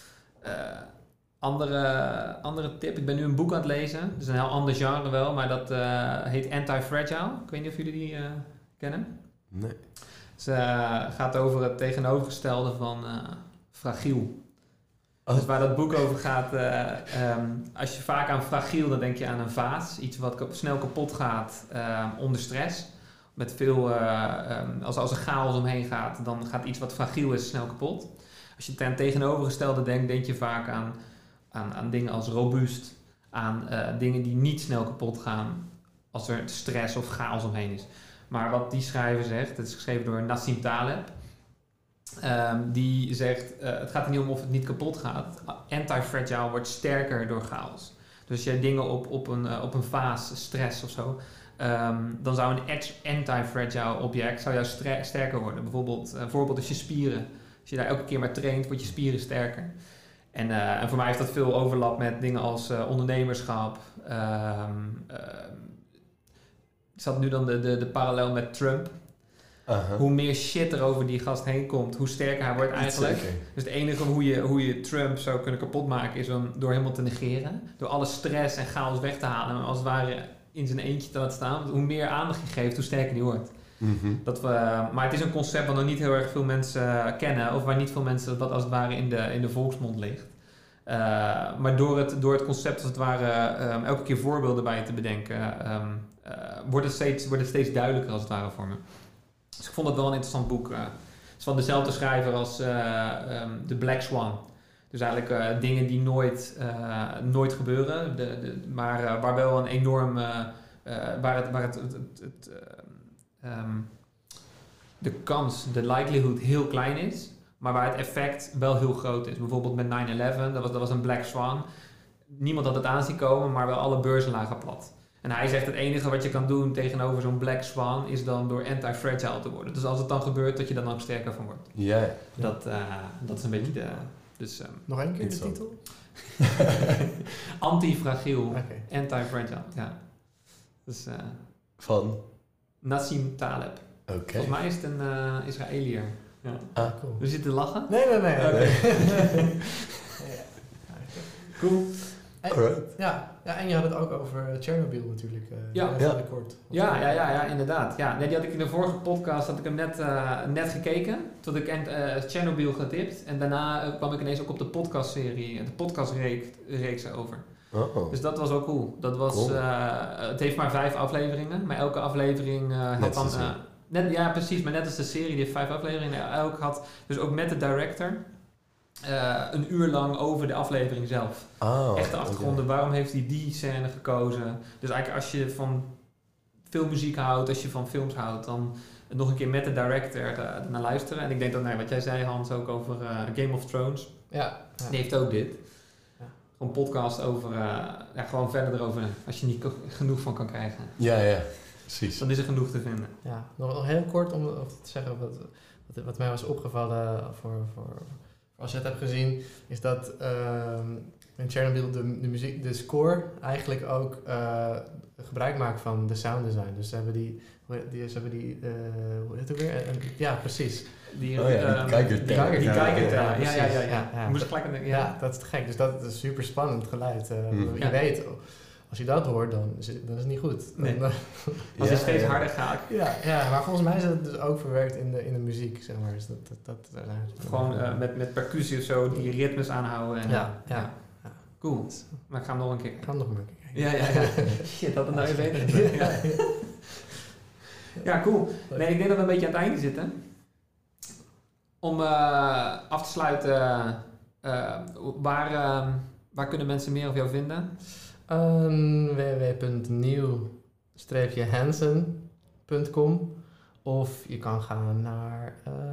[SPEAKER 1] Andere tip, ik ben nu een boek aan het lezen, dus een heel ander genre wel, maar dat heet Anti-Fragile. Ik weet niet of jullie die kennen.
[SPEAKER 2] Nee.
[SPEAKER 1] Het gaat over het tegenovergestelde van fragiel.
[SPEAKER 2] Oh.
[SPEAKER 1] Dus waar dat boek over gaat, als je vaak aan fragiel, dan denk je aan een vaas. Iets wat snel kapot gaat onder stress. Met veel, als er chaos omheen gaat, dan gaat iets wat fragiel is snel kapot. Als je ten tegenovergestelde denkt, denk je vaak aan dingen als robuust. Aan dingen die niet snel kapot gaan als er stress of chaos omheen is. Maar wat die schrijver zegt, het is geschreven door Nassim Taleb. Die zegt, het gaat er niet om of het niet kapot gaat. Anti-fragile wordt sterker door chaos. Dus als jij dingen op een vaas, stress of zo, dan zou een anti-fragile object zou juist sterker worden. Bijvoorbeeld als je spieren. Als je daar elke keer maar traint, wordt je spieren sterker. En voor mij heeft dat veel overlap met dingen als ondernemerschap. Ik zat nu dan de parallel met Trump. Hoe meer shit er over die gast heen komt, hoe sterker hij wordt eigenlijk. Dus het enige hoe je Trump zou kunnen kapotmaken is om door helemaal te negeren. Door alle stress en chaos weg te halen en als het ware in zijn eentje te laten staan. Want hoe meer aandacht je geeft, hoe sterker die wordt.
[SPEAKER 2] Mm-hmm.
[SPEAKER 1] Maar het is een concept wat nog niet heel erg veel mensen kennen. Of waar niet veel mensen dat als het ware in de volksmond ligt. Maar door het concept als het ware elke keer voorbeelden bij je te bedenken, wordt het steeds duidelijker als het ware voor me. Dus ik vond het wel een interessant boek. Het is van dezelfde schrijver als The Black Swan. Dus eigenlijk dingen die nooit gebeuren, maar waar wel een enorm... de kans, de likelihood heel klein is, maar waar het effect wel heel groot is. Bijvoorbeeld met 9/11, dat was een Black Swan. Niemand had het aan zien komen, maar wel alle beurzen lagen plat. En hij zegt het enige wat je kan doen tegenover zo'n Black Swan is dan door anti-fragile te worden. Dus als het dan gebeurt, dat je dan ook sterker van wordt.
[SPEAKER 2] Ja.
[SPEAKER 1] Dat is een beetje de... Dus,
[SPEAKER 3] Nog één keer de titel?
[SPEAKER 1] Anti-fragiel,
[SPEAKER 3] Okay.
[SPEAKER 1] anti-fragile, ja. Dus,
[SPEAKER 2] van?
[SPEAKER 1] Nassim Taleb.
[SPEAKER 2] Oké.
[SPEAKER 1] Volgens mij is het een Israëliër. Ja.
[SPEAKER 3] Cool.
[SPEAKER 1] We zitten te lachen?
[SPEAKER 3] Nee.
[SPEAKER 1] Okay. Cool.
[SPEAKER 3] Ja, en je had het ook over Chernobyl natuurlijk.
[SPEAKER 1] Ja.
[SPEAKER 3] Kort.
[SPEAKER 1] Ja, inderdaad. Ja, nee, die had ik in de vorige podcast had ik hem net gekeken. Toen ik Chernobyl getipt. En daarna kwam ik ineens ook op de podcastserie, de podcastreeks over.
[SPEAKER 2] Oh.
[SPEAKER 1] Dus dat was ook cool. Dat was,
[SPEAKER 2] Cool.
[SPEAKER 1] het heeft maar 5 afleveringen. Maar elke aflevering had dan... ja, precies. Maar net als de serie, die heeft 5 afleveringen. Elk had dus ook met de director... een uur lang over de aflevering zelf. Echte achtergronden, waarom heeft hij die scène gekozen? Dus eigenlijk als je van veel muziek houdt, als je van films houdt, dan nog een keer met de director naar luisteren. En ik denk dat, wat jij zei Hans, ook over Game of Thrones.
[SPEAKER 3] Ja.
[SPEAKER 1] Die heeft ook dit.
[SPEAKER 3] Ja.
[SPEAKER 1] Gewoon een podcast over, gewoon verder erover, als je niet genoeg van kan krijgen.
[SPEAKER 2] Ja, precies.
[SPEAKER 1] Dan is er genoeg te vinden.
[SPEAKER 3] Ja, nog heel kort om te zeggen wat mij was opgevallen voor als je het hebt gezien, is dat in Chernobyl de score eigenlijk ook gebruik maakt van de sound design. Dus ze hebben die hoe heet het ook weer? Ja, precies.
[SPEAKER 1] Die
[SPEAKER 2] Geiger-teller.
[SPEAKER 1] Ja. Moest gelijk
[SPEAKER 3] ja, dat is te gek. Dus dat is super spannend geluid. Je weet, als je dat hoort, dan is het niet goed.
[SPEAKER 1] Nee. Als het steeds harder gaat.
[SPEAKER 3] Ja, maar volgens mij is het dus ook verwerkt in de muziek, zeg maar. Dus
[SPEAKER 1] gewoon met percussie of zo, die ritmes aanhouden. En,
[SPEAKER 3] ja.
[SPEAKER 1] Cool. Maar ik ga hem nog een keer kijken. Ja. Shit, had het nou even beter. Ja, cool. Nee, ik denk dat we een beetje aan het einde zitten. Om af te sluiten, waar kunnen mensen meer over jou vinden?
[SPEAKER 3] www.nieuw-hansen.com of je kan gaan naar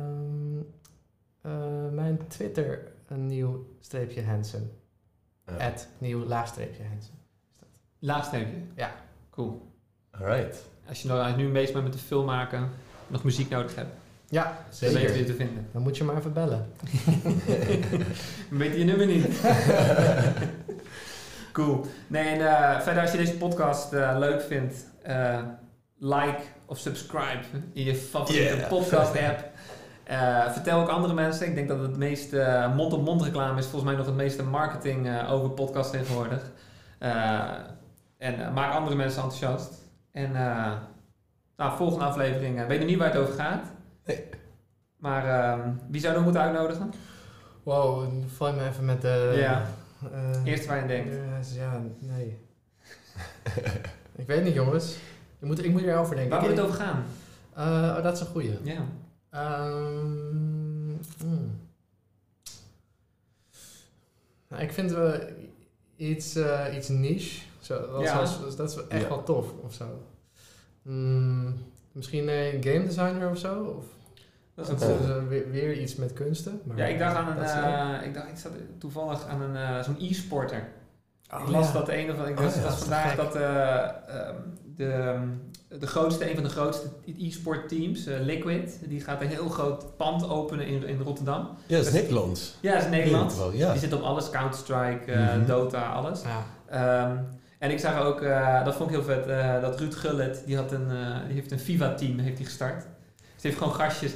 [SPEAKER 3] mijn Twitter, nieuw-hansen. @nieuw_hansen.
[SPEAKER 1] Laagstreepje?
[SPEAKER 3] Ja.
[SPEAKER 1] Cool.
[SPEAKER 2] Alright.
[SPEAKER 1] Als je nu bezig bent met de film maken, nog muziek nodig hebt.
[SPEAKER 3] Ja,
[SPEAKER 1] zeker. Dan weet je te vinden.
[SPEAKER 3] Dan moet je maar even bellen.
[SPEAKER 1] Dan weet je je nummer niet. Cool. Nee, en verder als je deze podcast leuk vindt, like of subscribe in je favoriete podcast app. Vertel ook andere mensen. Ik denk dat het meeste mond-op-mond reclame is volgens mij nog het meeste marketing over podcast tegenwoordig. En maak andere mensen enthousiast. En volgende aflevering, weet je niet waar het over gaat?
[SPEAKER 2] Nee.
[SPEAKER 1] Maar wie zou je dan moeten uitnodigen?
[SPEAKER 3] Wow, val je me even met de...
[SPEAKER 1] Eerst waar je denkt.
[SPEAKER 3] Nee. Ik weet niet, jongens. Ik moet erover denken.
[SPEAKER 1] Waar moet het over gaan?
[SPEAKER 3] Dat is een goeie.
[SPEAKER 1] Ja.
[SPEAKER 3] Nou, ik vind wel iets niche. Dat is echt wel tof of zo. Misschien een game designer of zo? Of
[SPEAKER 1] dat is
[SPEAKER 3] weer iets met kunsten. Maar
[SPEAKER 1] ik dacht aan ik zat toevallig aan zo'n e-sporter. Ik las dat een van vandaag dat een van de grootste e-sport teams, Liquid, die gaat een heel groot pand openen in Rotterdam.
[SPEAKER 2] Ja, dat is Nederlands.
[SPEAKER 1] Ja, dat is Nederlands.
[SPEAKER 2] Ja.
[SPEAKER 1] Die zit op alles, Counter-Strike, Dota, alles.
[SPEAKER 3] Ja.
[SPEAKER 1] En ik zag ook, dat vond ik heel vet, dat Ruud Gullit, die heeft een FIFA-team gestart. Dus hij heeft gewoon gastjes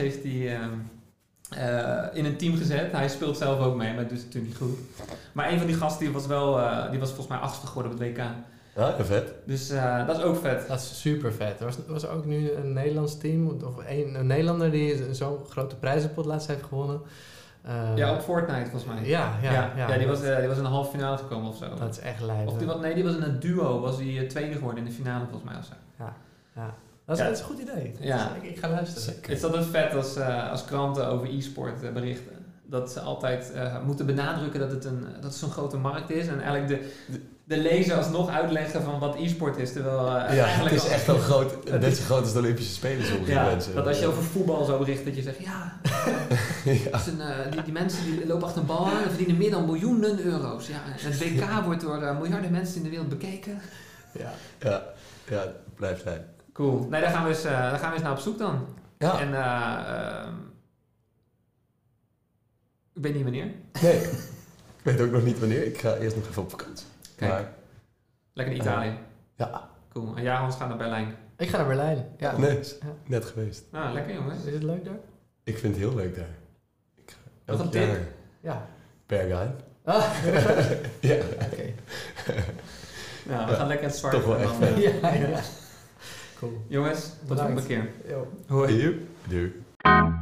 [SPEAKER 1] in een team gezet. Hij speelt zelf ook mee, maar dat doet het natuurlijk niet goed. Maar een van die gasten die was volgens mij 8e geworden op het WK.
[SPEAKER 2] Ja, vet.
[SPEAKER 1] Dus dat is ook vet.
[SPEAKER 3] Dat is super vet. Er was ook nu een Nederlands team, of een Nederlander die zo'n grote prijzenpot laatst heeft gewonnen.
[SPEAKER 1] Op Fortnite volgens mij.
[SPEAKER 3] Ja,
[SPEAKER 1] die was in de halve finale gekomen of zo.
[SPEAKER 3] Dat is echt lijp.
[SPEAKER 1] Die was in een duo, was die tweede geworden in de finale volgens mij of zo.
[SPEAKER 3] Ja. Dat is een goed idee.
[SPEAKER 1] Ja.
[SPEAKER 3] Ik ga luisteren.
[SPEAKER 1] Het is altijd vet als kranten over e-sport berichten. Dat ze altijd moeten benadrukken dat het zo'n grote markt is. En eigenlijk de lezer alsnog uitleggen van wat e-sport is. Terwijl
[SPEAKER 2] het is echt wel groot, net zo groot als de Olympische Spelen soms. Mensen.
[SPEAKER 1] Dat als je over voetbal zo bericht, dat je zegt die mensen die lopen achter een bal aan en verdienen meer dan miljoenen euro's. Ja, het WK wordt door miljarden mensen in de wereld bekeken.
[SPEAKER 2] Ja, blijft zijn.
[SPEAKER 1] Cool. Nee, daar gaan we eens naar op zoek dan.
[SPEAKER 2] Ja.
[SPEAKER 1] En ik weet niet wanneer.
[SPEAKER 2] Nee, ik weet ook nog niet wanneer. Ik ga eerst nog even op vakantie.
[SPEAKER 1] Kijk, maar, lekker in Italië.
[SPEAKER 2] Ja.
[SPEAKER 1] Cool. En Hans gaat naar Berlijn.
[SPEAKER 3] Ik ga naar Berlijn. Ja.
[SPEAKER 2] Nee, net geweest.
[SPEAKER 1] Lekker jongens.
[SPEAKER 3] Is het leuk daar?
[SPEAKER 2] Ik vind het heel leuk daar.
[SPEAKER 1] Wat een tip.
[SPEAKER 3] Ja.
[SPEAKER 2] Bergheim.
[SPEAKER 3] Ja.
[SPEAKER 1] Oké. We gaan lekker in het zwart.
[SPEAKER 2] Toch wel echt vet.
[SPEAKER 3] Ja. Cool.
[SPEAKER 1] Jongens, tot de volgende keer.
[SPEAKER 3] Yo.
[SPEAKER 1] Hoi.
[SPEAKER 2] Doei.